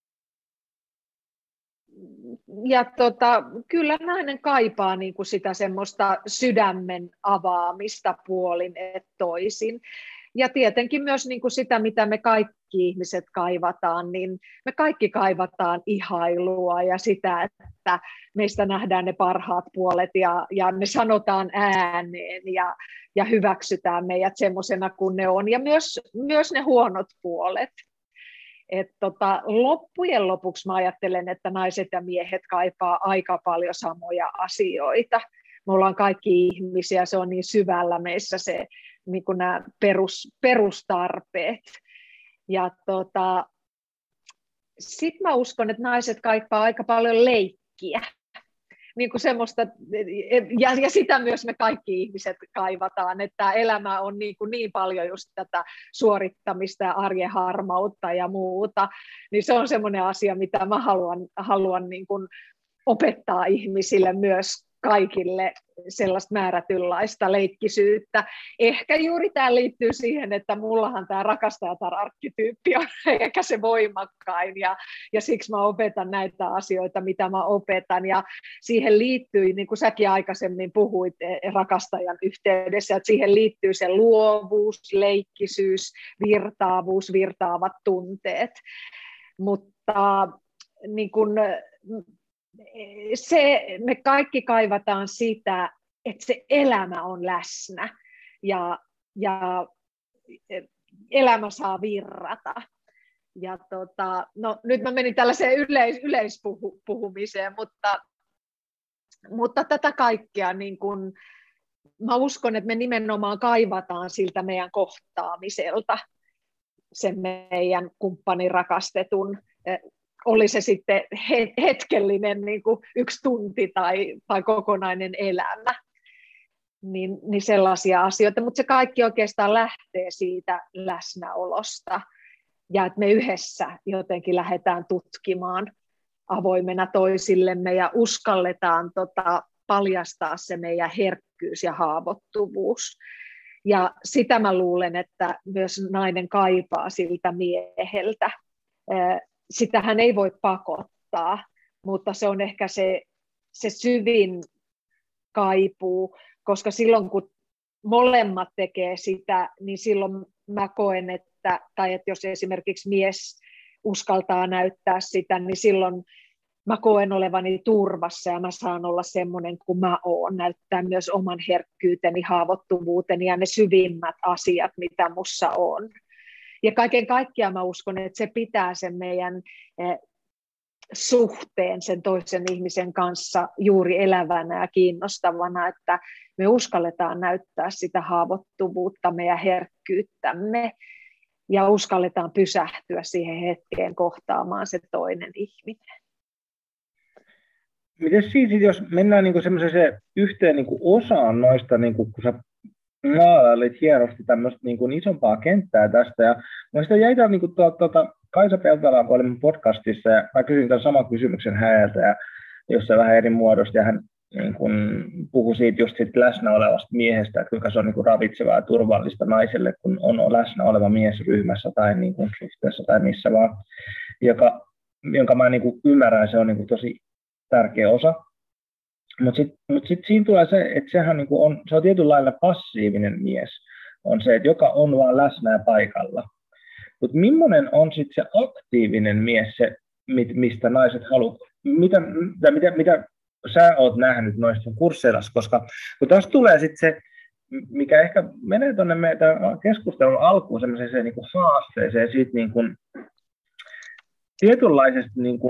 ja tota, kyllä nainen kaipaa niin kuin sitä semmoista sydämen avaamista puolin et toisin. Ja tietenkin myös niin kuin sitä, mitä me kaikki ihmiset kaivataan, niin me kaikki kaivataan ihailua ja sitä, että meistä nähdään ne parhaat puolet ja, ja me sanotaan ääneen ja, ja hyväksytään meidät semmoisena kuin ne on. Ja myös, myös ne huonot puolet. Et tota, loppujen lopuksi mä ajattelen, että naiset ja miehet kaipaa aika paljon samoja asioita. Me ollaan kaikki ihmisiä, se on niin syvällä meissä se niin kuin nämä perus, perustarpeet. Ja tota, sitten mä uskon, että naiset kaipaa aika paljon leikkiä. Niin kuin semmoista, ja, ja sitä myös me kaikki ihmiset kaivataan, että elämä on niin, kuin niin paljon just tätä suorittamista ja arjen harmautta ja muuta, niin se on semmoinen asia, mitä mä haluan, haluan niin kuin opettaa ihmisille myös kaikille sellaista määrätynlaista leikkisyyttä. Ehkä juuri tämä liittyy siihen, että mullahan tämä rakastajatar-arkkityyppi on ehkä se voimakkain, ja, ja siksi mä opetan näitä asioita, mitä mä opetan, ja siihen liittyy, niin kuin säkin aikaisemmin puhuit rakastajan yhteydessä, että siihen liittyy se luovuus, leikkisyys, virtaavuus, virtaavat tunteet, mutta niin kuin se, me kaikki kaivataan sitä, että se elämä on läsnä ja, ja elämä saa virrata. Ja tota, no, nyt mä menin tällaiseen yleis, yleispuhumiseen, mutta, mutta tätä kaikkea niin kun, mä uskon, että me nimenomaan kaivataan siltä meidän kohtaamiselta sen meidän kumppanin rakastetun, oli se sitten hetkellinen niin kuin yksi tunti tai, tai kokonainen elämä, niin, niin sellaisia asioita, mutta se kaikki oikeastaan lähtee siitä läsnäolosta, ja että me yhdessä jotenkin lähdetään tutkimaan avoimena toisillemme ja uskalletaan tota, paljastaa se meidän herkkyys ja haavoittuvuus. Ja sitä mä luulen, että myös nainen kaipaa siltä mieheltä. Sitähän ei voi pakottaa, mutta se on ehkä se, se syvin kaipuu, koska silloin kun molemmat tekee sitä, niin silloin mä koen, että, tai että jos esimerkiksi mies uskaltaa näyttää sitä, niin silloin mä koen olevani turvassa ja mä saan olla semmoinen kuin mä oon, näyttää myös oman herkkyyteni, haavoittuvuuteni ja ne syvimmät asiat, mitä mussa on. Ja kaiken kaikkiaan mä uskon, että se pitää sen meidän eh, suhteen sen toisen ihmisen kanssa juuri elävänä ja kiinnostavana, että me uskalletaan näyttää sitä haavoittuvuuttamme ja herkkyyttämme ja uskalletaan pysähtyä siihen hetkeen kohtaamaan se toinen ihminen. Miten siis, jos mennään niin semmoiseen yhteen niin osaan noista, niin kun sä maalailit hienosti tämmöistä niin kuin isompaa kenttää tästä, ja mä sitä jäi täällä niin tuota, tuota, Kaisa Peltolaan, kun oli mun podcastissa, ja mä kysyin tämän saman kysymyksen häneltä, ja jossain vähän eri muodosta, ja hän niin kuin puhui siitä just siitä läsnä olevasta miehestä, että kuinka se on niin kuin ravitsevaa ja turvallista naiselle, kun on läsnä oleva mies ryhmässä tai niin kuin suhteessa tai missä vaan, joka, jonka mä niin kuin ymmärrän, se on niin kuin tosi tärkeä osa. Mutta sitten mut sit siinä tulee se, että sehän niinku on, se on tietynlailla passiivinen mies, on se, että joka on vaan läsnä ja paikalla. Mutta millainen on sitten se aktiivinen mies, se, mistä naiset haluavat? Mitä, mitä, mitä sä oot nähnyt noissa kursseilla, koska kun tässä tulee sitten se, mikä ehkä menee tuonne meidän keskustelun alkuun semmoiseen niinku haasteeseen siitä niinku, tietynlaisesta niinku,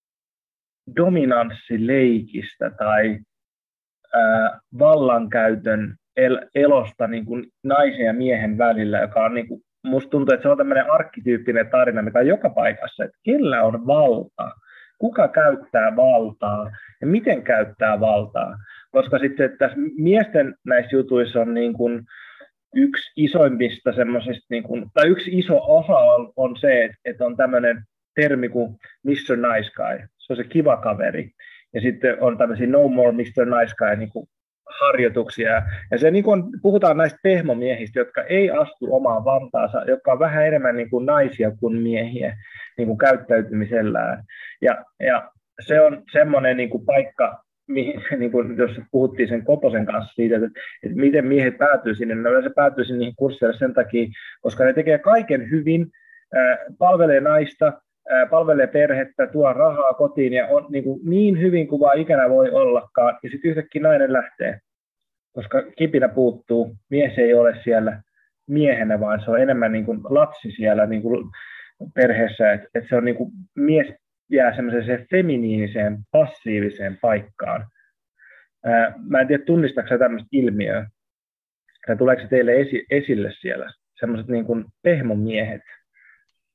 dominanssileikistä tai ää, vallankäytön el- elosta niin kuin naisen ja miehen välillä, joka on, niin kuin, musta tuntuu, että se on tämmöinen arkkityyppinen tarina, mikä on joka paikassa, että kellä on valtaa, kuka käyttää valtaa ja miten käyttää valtaa, koska sitten tässä miesten näissä jutuissa on niin kuin yksi isoimmista semmoisista, niin kuin, tai yksi iso osa on, on se, että, että on tämmöinen termi kuin mister Nice Guy. Se on se kiva kaveri. Ja sitten on tämmöisiä No More mister Nice Guy niin kuin harjoituksia. Ja se niin kuin puhutaan näistä pehmomiehistä, jotka ei astu omaan vantaansa, jotka on vähän enemmän niin kuin naisia kuin miehiä niin kuin käyttäytymisellään. Ja, ja se on semmoinen niin kuin paikka, mihin, niin kuin jos puhuttiin sen Koposen kanssa siitä, että, että miten miehet päätyy sinne, niin se päätyy sinne niihin kursseille sen takia, koska ne tekee kaiken hyvin, äh, palvelee naista, palvelee perhettä, tuo rahaa kotiin ja on niin, kuin niin hyvin kuin vaan ikänä voi ollakaan. Ja sitten yhtäkkiä nainen lähtee, koska kipinä puuttuu, mies ei ole siellä miehenä, vaan se on enemmän niin kuin lapsi siellä niin kuin perheessä. Että et se on niin kuin, mies jää semmoiseen feminiiniseen, passiiviseen paikkaan. Ää, mä en tiedä, tunnistatko tämmöistä ilmiöä, tai tuleeko se teille esi- esille siellä, semmoiset niin kuin pehmomiehet?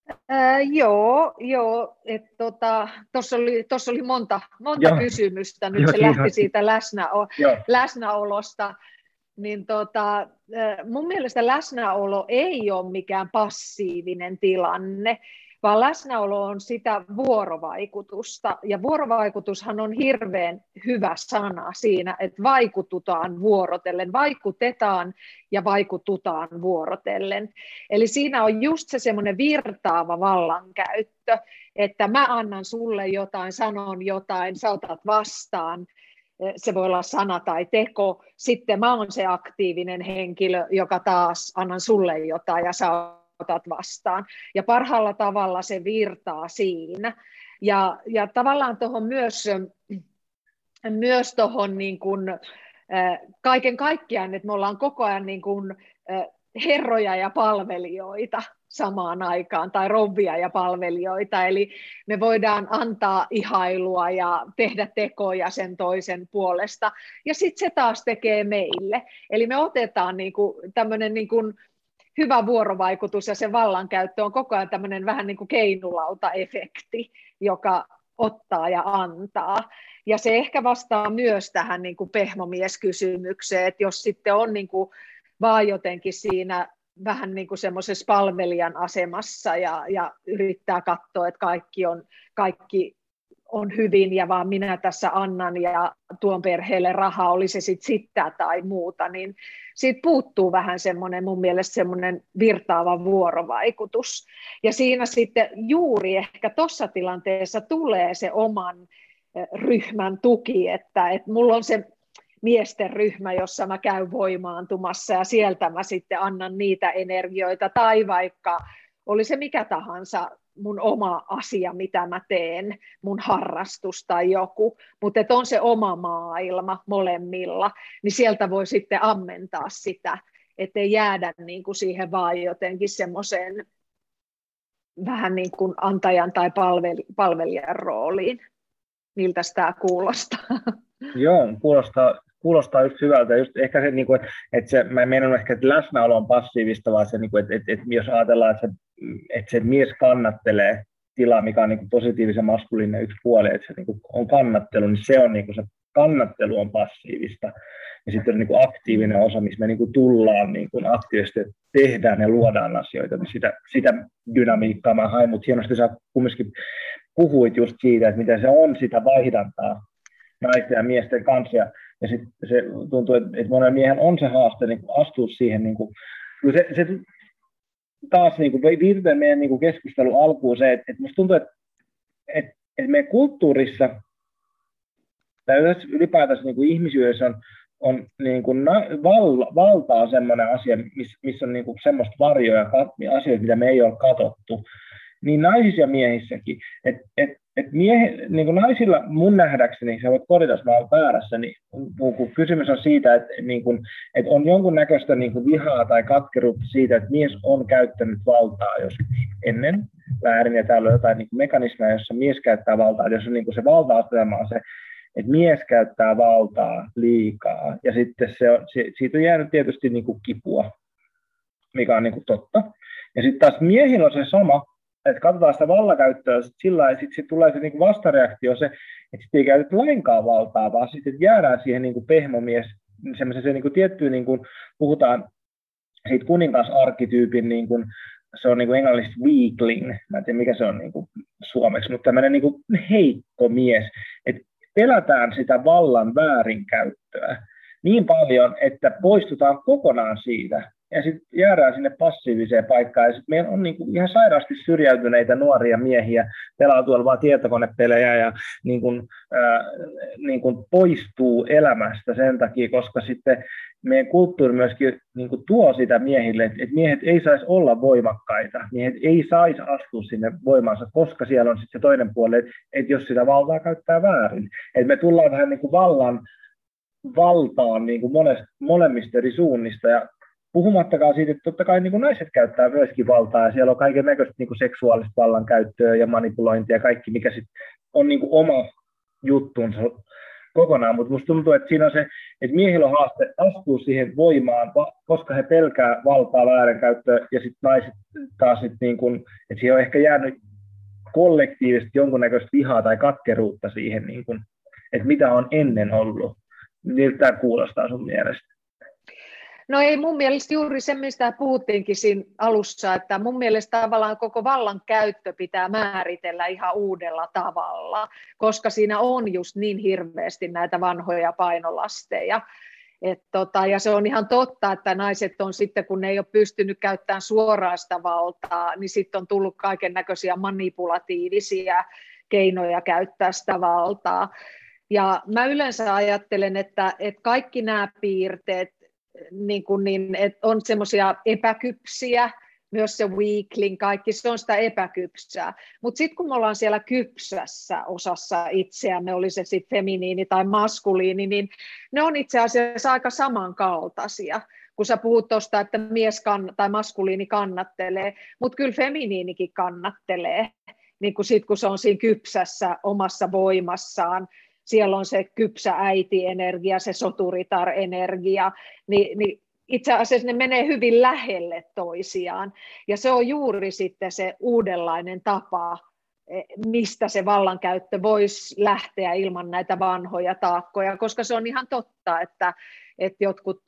Ää, joo, joo. Tuossa tota, oli, oli monta, monta kysymystä, nyt joo, se lähti siitä läsnäo, joo. läsnäolosta. Niin tota, mun mielestä läsnäolo ei ole mikään passiivinen tilanne, vaan läsnäolo on sitä vuorovaikutusta. Ja vuorovaikutushan on hirveän hyvä sana siinä, että vaikututaan vuorotellen, vaikutetaan ja vaikututaan vuorotellen. Eli siinä on just se semmoinen virtaava vallankäyttö, että mä annan sulle jotain, sanon jotain, sä otat vastaan. Se voi olla sana tai teko. Sitten mä oon se aktiivinen henkilö, joka taas annan sulle jotain ja sä otat vastaan. Ja parhaalla tavalla se virtaa siinä. Ja, ja tavallaan tuohon myös, myös tuohon niin kuin, kaiken kaikkiaan, että me ollaan koko ajan niin kuin, herroja ja palvelijoita samaan aikaan, tai rouvia ja palvelijoita, eli me voidaan antaa ihailua ja tehdä tekoja sen toisen puolesta, ja sitten se taas tekee meille. Eli me otetaan niinku tämmöinen niinku hyvä vuorovaikutus, ja se vallankäyttö on koko ajan tämmöinen vähän niin kuin keinulauta-efekti, joka ottaa ja antaa. Ja se ehkä vastaa myös tähän niin kuin pehmomieskysymykseen, että jos sitten on niin kuin vaan jotenkin siinä vähän niin kuin semmoisessa palvelijan asemassa ja, ja yrittää katsoa, että kaikki on, kaikki on hyvin ja vaan minä tässä annan ja tuon perheelle rahaa, oli se sitten sitä tai muuta, niin siitä puuttuu vähän semmoinen mun mielestä semmoinen virtaava vuorovaikutus. Ja siinä sitten juuri ehkä tuossa tilanteessa tulee se oman ryhmän tuki, että, että mulla on se miesten ryhmä, jossa mä käyn voimaantumassa ja sieltä mä sitten annan niitä energioita tai vaikka oli se mikä tahansa mun oma asia, mitä mä teen, mun harrastus tai joku, mutta on se oma maailma molemmilla, niin sieltä voi sitten ammentaa sitä, ettei jäädä niin kuin siihen vaan jotenkin semmoiseen vähän niin kuin antajan tai palvelijan rooliin. Miltä tämä kuulostaa? Joo, kuulostaa, kuulostaa just hyvältä. Just ehkä se, että, että se, mä en meinannut ehkä, että läsnäolo on passiivista, vaan se, että, että, että jos ajatellaan, että se, että se mies kannattelee tilaa, mikä on niin kuin positiivisen maskuliininen yksi puoli, että se niin kuin on kannattelu, niin se on niin kuin se kannattelu on passiivista. Ja sitten on niin kuin aktiivinen osa, missä me niin kuin tullaan niin kuin aktiivisesti, tehdään ja luodaan asioita, niin sitä, sitä dynamiikkaa mä hain, mutta hienosti sä kumminkin puhuit just siitä, että miten se on sitä vaihdantaa naisten ja miesten kanssa, ja, ja sit se tuntuu, että, että monen miehen on se haaste niin kuin astua siihen, niin kuin, se, se taas niin kuin, viitaten meidän niin kuin keskustelun alkuun se, että, että musta tuntuu, että, että, että meidän kulttuurissa, tai ylipäätänsä niin kuin ihmisyydessä on, on niin kuin val, valtaa sellainen asia, missä, missä on niin kuin semmoista varjoja, asioita, mitä me ei ole katsottu, niin naisissa ja miehissäkin, että et, et miehi, niin naisilla mun nähdäkseni, sä voit korjata, jos mä olen väärässä, niin kun kysymys on siitä, että niin kun, et on jonkunnäköistä niin kun vihaa tai katkeruutta siitä, että mies on käyttänyt valtaa joskus ennen väärin, ja täällä on jotain niin mekanismeja, jossa mies käyttää valtaa, jos on niin se valta-astelma on se, että mies käyttää valtaa liikaa, ja sitten se on, se, siitä on jäänyt tietysti niin kuin kipua, mikä on niin kuin totta. Ja sitten taas miehillä on se sama, että katsotaan sitä vallankäyttöä sillä lailla, että sitten tulee se niin kuin vastareaktio, se, että sitten ei käytetä lainkaan valtaa, vaan sitten jäädään siihen niin kuin pehmomies, semmoisen niin kuin tiettyyn, niin kuin puhutaan siitä kuningasarkkityypin, niin kuin, se on niin kuin englanniksi weakling, mä en tiedä mikä se on niin kuin suomeksi, mutta tämmöinen niin kuin heikko mies, että pelätään sitä vallan väärinkäyttöä niin paljon, että poistutaan kokonaan siitä. Ja sitten jäädään sinne passiiviseen paikkaan. Ja sitten meillä on niinku ihan sairaasti syrjäytyneitä nuoria miehiä, pelaa tuolla vaan tietokonepelejä ja niinku, ää, niinku poistuu elämästä sen takia, koska sitten meidän kulttuuri myöskin niinku tuo sitä miehille, että et miehet ei saisi olla voimakkaita, miehet ei saisi astua sinne voimansa, koska siellä on sitten se toinen puoli, että et jos sitä valtaa käyttää väärin. Et me tullaan vähän niinku vallan valtaan niinku monesta, molemmista eri suunnista, ja puhumattakaan siitä, että totta kai niin kuin naiset käyttää myöskin valtaa, ja siellä on kaiken näköistä niin kuin seksuaalista vallankäyttöä ja manipulointia ja kaikki, mikä sitten on niin kuin oma juttunsa kokonaan, mutta musta tuntuu, että siinä on se, että miehillä on haaste astua siihen voimaan, koska he pelkää valtaa väärinkäyttöä, ja sitten naiset taas, sit niin kun, että siihen on ehkä jäänyt kollektiivisesti jonkunnäköistä vihaa tai katkeruutta siihen, niin kun, että mitä on ennen ollut. Miltä tämä kuulostaa sun mielestä? No ei mun mielestä juuri se, mistä puhuttiinkin siinä alussa, että mun mielestä tavallaan koko vallan käyttö pitää määritellä ihan uudella tavalla, koska siinä on just niin hirveästi näitä vanhoja painolasteja. Et tota, ja se on ihan totta, että naiset on sitten, kun ne ei ole pystynyt käyttämään suoraan sitä valtaa, niin sitten on tullut kaiken näköisiä manipulatiivisia keinoja käyttää sitä valtaa. Ja mä yleensä ajattelen, että, että kaikki nämä piirteet, niin kuin niin, että on semmoisia epäkypsiä, myös se weakling, kaikki se on sitä epäkypsää. Mutta sitten kun me ollaan siellä kypsässä osassa itseämme, oli se sitten feminiini tai maskuliini, niin ne on itse asiassa aika samankaltaisia. Kun sä puhut tuosta, että mies kann- tai maskuliini kannattelee, mutta kyllä feminiinikin kannattelee, niin kun sit kun se on siinä kypsässä omassa voimassaan. Siellä on se kypsä äitienergia, se soturitar-energia, niin, niin itse asiassa ne menee hyvin lähelle toisiaan. Ja se on juuri sitten se uudenlainen tapa, mistä se vallankäyttö voisi lähteä ilman näitä vanhoja taakkoja, koska se on ihan totta, että, että jotkut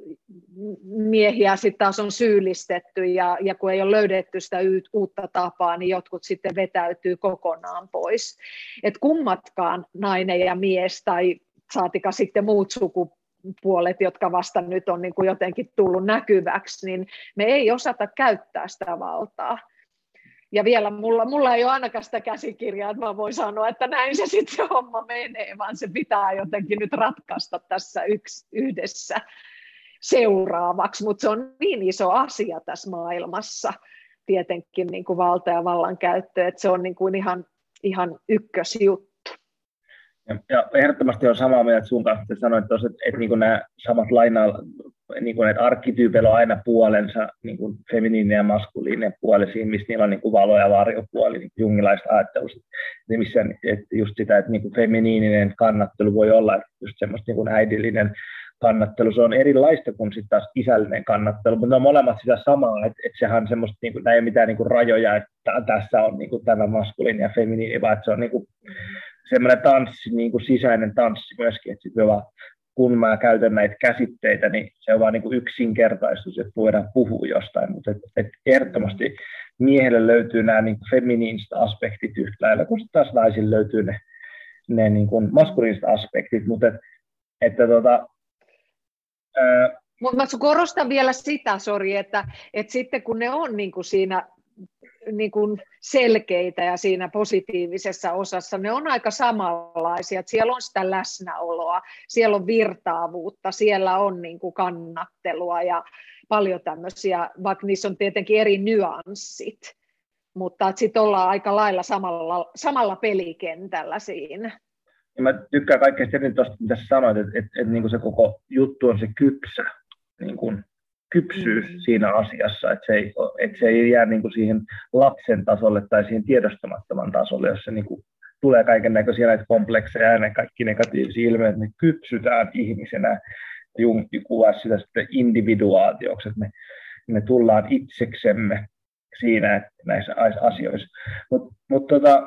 miehiä sitten taas on syyllistetty, ja, ja kun ei ole löydetty sitä uutta tapaa, niin jotkut sitten vetäytyy kokonaan pois. Et kummatkaan nainen ja mies, tai saatika sitten muut sukupuolet, jotka vasta nyt on niin kuin jotenkin tullut näkyväksi, niin me ei osata käyttää sitä valtaa. Ja vielä mulla, mulla ei ole ainakaan sitä käsikirjaa, että mä voin sanoa, että näin se sitten se homma menee, vaan se pitää jotenkin nyt ratkaista tässä yksi, yhdessä seuraavaksi. Mutta se on niin iso asia tässä maailmassa, tietenkin niin kuin valta- ja vallankäyttö, että se on niin kuin ihan, ihan ykkösjuttu. Ja, ja ehdottomasti on samaa mieltä sun kanssa, että sanoit tuossa, että, että niin nämä samat lainailla, niin kuin, että arkkityypeillä on aina puolensa, niin kuin feminiininen ja maskuliininen puoli siinä, missä niillä on niin kuin valo- ja varjopuoli, niin jungilaista ajattelusta. Niin missä, että just sitä, että niin kuin feminiininen kannattelu voi olla just semmoista niin kuin äidillinen kannattelu, se on erilaista kuin sitten taas isällinen kannattelu, mutta ne on molemmat sitä samaa, että, että sehän on semmoista, niin kuin, ei ole mitään niin kuin rajoja, että tässä on niin kuin tämä maskuliini ja feminiini, vaan että se on niin kuin semmoinen tanssi, niin kuin sisäinen tanssi myöskin, että sitten vaan, kun mä käytän näitä käsitteitä, niin se on vaan niin kuin yksinkertaistus, että voidaan puhua jostain, mutta et, et ehdottomasti miehelle löytyy nämä niin kuin feminiiniset aspektit yhtä lailla, kun taas naisille löytyy ne, ne niin kuin maskuliiniset aspektit, mutta et, että tota, Mutta mä korostan vielä sitä, sori, että, että sitten kun ne on niin kuin siinä niin kuin selkeitä ja siinä positiivisessa osassa, ne on aika samanlaisia, että siellä on sitä läsnäoloa, siellä on virtaavuutta, siellä on niin kuin kannattelua ja paljon tämmöisiä, vaikka niissä on tietenkin eri nyanssit, mutta sitten ollaan aika lailla samalla, samalla pelikentällä siinä. Ja mä tykkään kaikkein eniten tuosta, mitä sä sanoit, että, että, että niin kuin se koko juttu on se kypsä, niin kuin kypsyys mm. siinä asiassa, että se ei, että se ei jää niin kuin siihen lapsen tasolle tai siihen tiedostamattoman tasolle, jossa niin kuin tulee kaiken näköisiä näitä komplekseja ja ne kaikki negatiivisia ilmeitä, me kypsytään ihmisenä. Jung kuvasi sitä sitten individuaatioksi, että me, me tullaan itseksemme siinä että näissä asioissa. Mutta mut tota,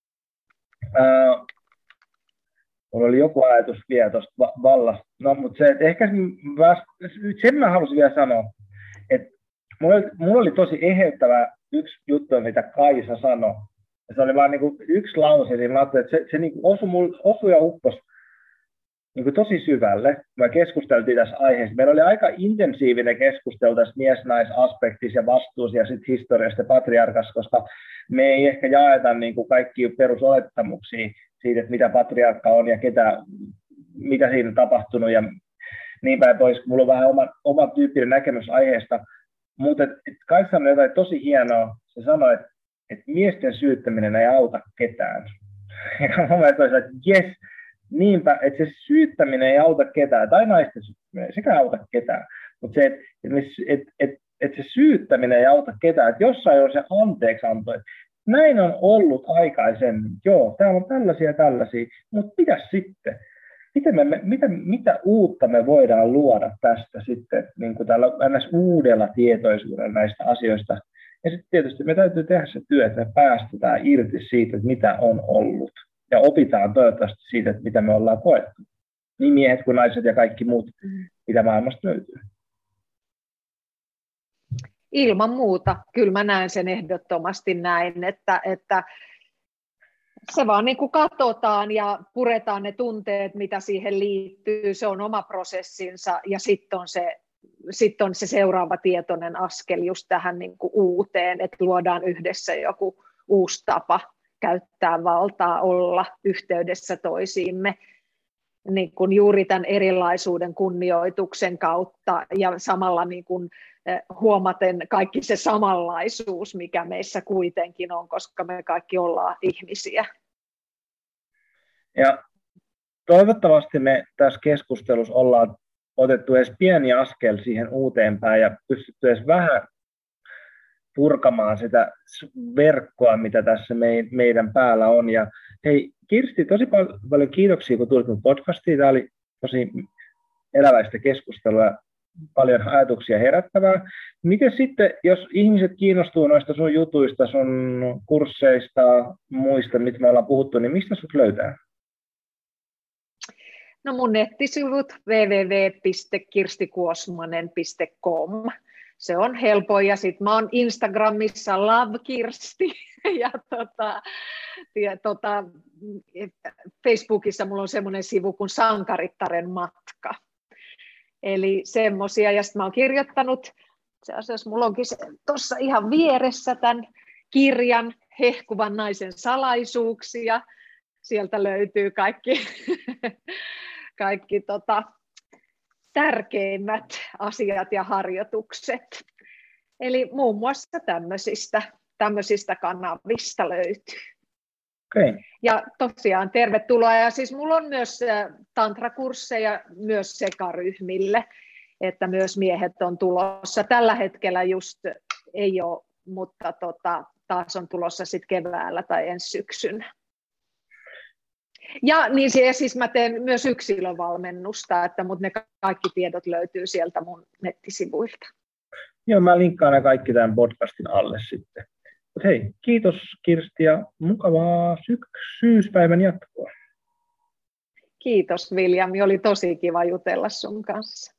mulla oli joku ajatus vielä tuosta vallasta. No, mutta se, että ehkä sen mä halusin vielä sanoa, että mulla oli, mulla oli tosi eheyttävä yksi juttu, mitä Kaisa sanoi. Ja se oli vaan niin kuin yksi lause, niin mä ajattelin, että se, se niin kuin osui, mulla, osui ja upposi niin kuin tosi syvälle. Me keskusteltiin tässä aiheesta. Meillä oli aika intensiivinen keskustelu tässä mies-nais-aspektissa ja vastuussa ja sitten historiasta ja patriarkassa, koska me ei ehkä jaeta niin kuin kaikkia perusolettamuksia siitä, että mitä patriarkka on ja ketä, mitä siinä on tapahtunut ja niin päin pois. Mulla on vähän oma, oma tyyppinen näkemys aiheesta, mutta et, et Kaisa sanoi jotain tosi hienoa. Se sanoi, että et miesten syyttäminen ei auta ketään. Ja mä ajattelin, että jes, niinpä, että se syyttäminen ei auta ketään, tai naisten syyttäminen ei sekä auta ketään, mutta se, että et, et, et, et se syyttäminen ei auta ketään, että jossain on se anteeksianto, että näin on ollut aikaisemmin, joo, täällä on tällaisia tällaisia, mutta mitäs sitten? miten me, mitä, mitä uutta me voidaan luoda tästä sitten niin kuin tällä uudella tietoisuudella näistä asioista. Ja sitten tietysti me täytyy tehdä se työ, että me päästetään irti siitä, että mitä on ollut. Ja opitaan toivottavasti siitä, että mitä me ollaan koettu. Niin miehet kuin naiset ja kaikki muut, mitä maailmasta löytyy. Ilman muuta. Kyllä mä näen sen ehdottomasti näin, että, että se vaan niin kuin katsotaan ja puretaan ne tunteet, mitä siihen liittyy. Se on oma prosessinsa ja sitten on se, sit on se seuraava tietoinen askel just tähän niin kuin uuteen, että luodaan yhdessä joku uusi tapa käyttää valtaa, olla yhteydessä toisiimme. Niin kuin juuri tämän erilaisuuden kunnioituksen kautta ja samalla niin kuin huomaten kaikki se samanlaisuus, mikä meissä kuitenkin on, koska me kaikki ollaan ihmisiä. Ja toivottavasti me tässä keskustelussa ollaan otettu edes pieni askel siihen uuteen päin ja pystytty edes vähän purkamaan sitä verkkoa, mitä tässä meidän päällä on. Ja hei Kirsti, tosi paljon kiitoksia, kun tulit mun podcastiin. Tämä oli tosi eläväistä keskustelua, paljon ajatuksia herättävää. Miten sitten, jos ihmiset kiinnostuu noista sun jutuista, sun kursseista, muista, mitä me ollaan puhuttu, niin mistä sut löytää? No mun nettisivut double-u double-u double-u piste kirsti kuosmanen piste com. Se on helpoin ja sitten mä oon Instagramissa Love Kirsti ja, tota, ja tota, Facebookissa mulla on semmoinen sivu kuin Sankarittaren matka. Eli semmoisia ja sitten mä oon kirjoittanut, se asiassa mulla onkin tuossa ihan vieressä tämän kirjan Hehkuvan naisen salaisuuksia. Sieltä löytyy kaikki, kaikki tota, tärkeimmät asiat ja harjoitukset. Eli muun muassa tämmöisistä, tämmöisistä kanavista löytyy. Okay. Ja tosiaan tervetuloa. Ja siis mulla on myös tantrakursseja myös sekaryhmille, että myös miehet on tulossa. Tällä hetkellä just ei ole, mutta tota, taas on tulossa sitten keväällä tai ensi syksynä. Ja niin siis mä teen myös yksilövalmennusta, että, mutta ne kaikki tiedot löytyy sieltä mun nettisivuilta. Joo, mä linkkaan ne kaikki tämän podcastin alle sitten. Mut hei, kiitos Kirsti ja mukavaa syyspäivän jatkoa. Kiitos Viljami, oli tosi kiva jutella sun kanssa.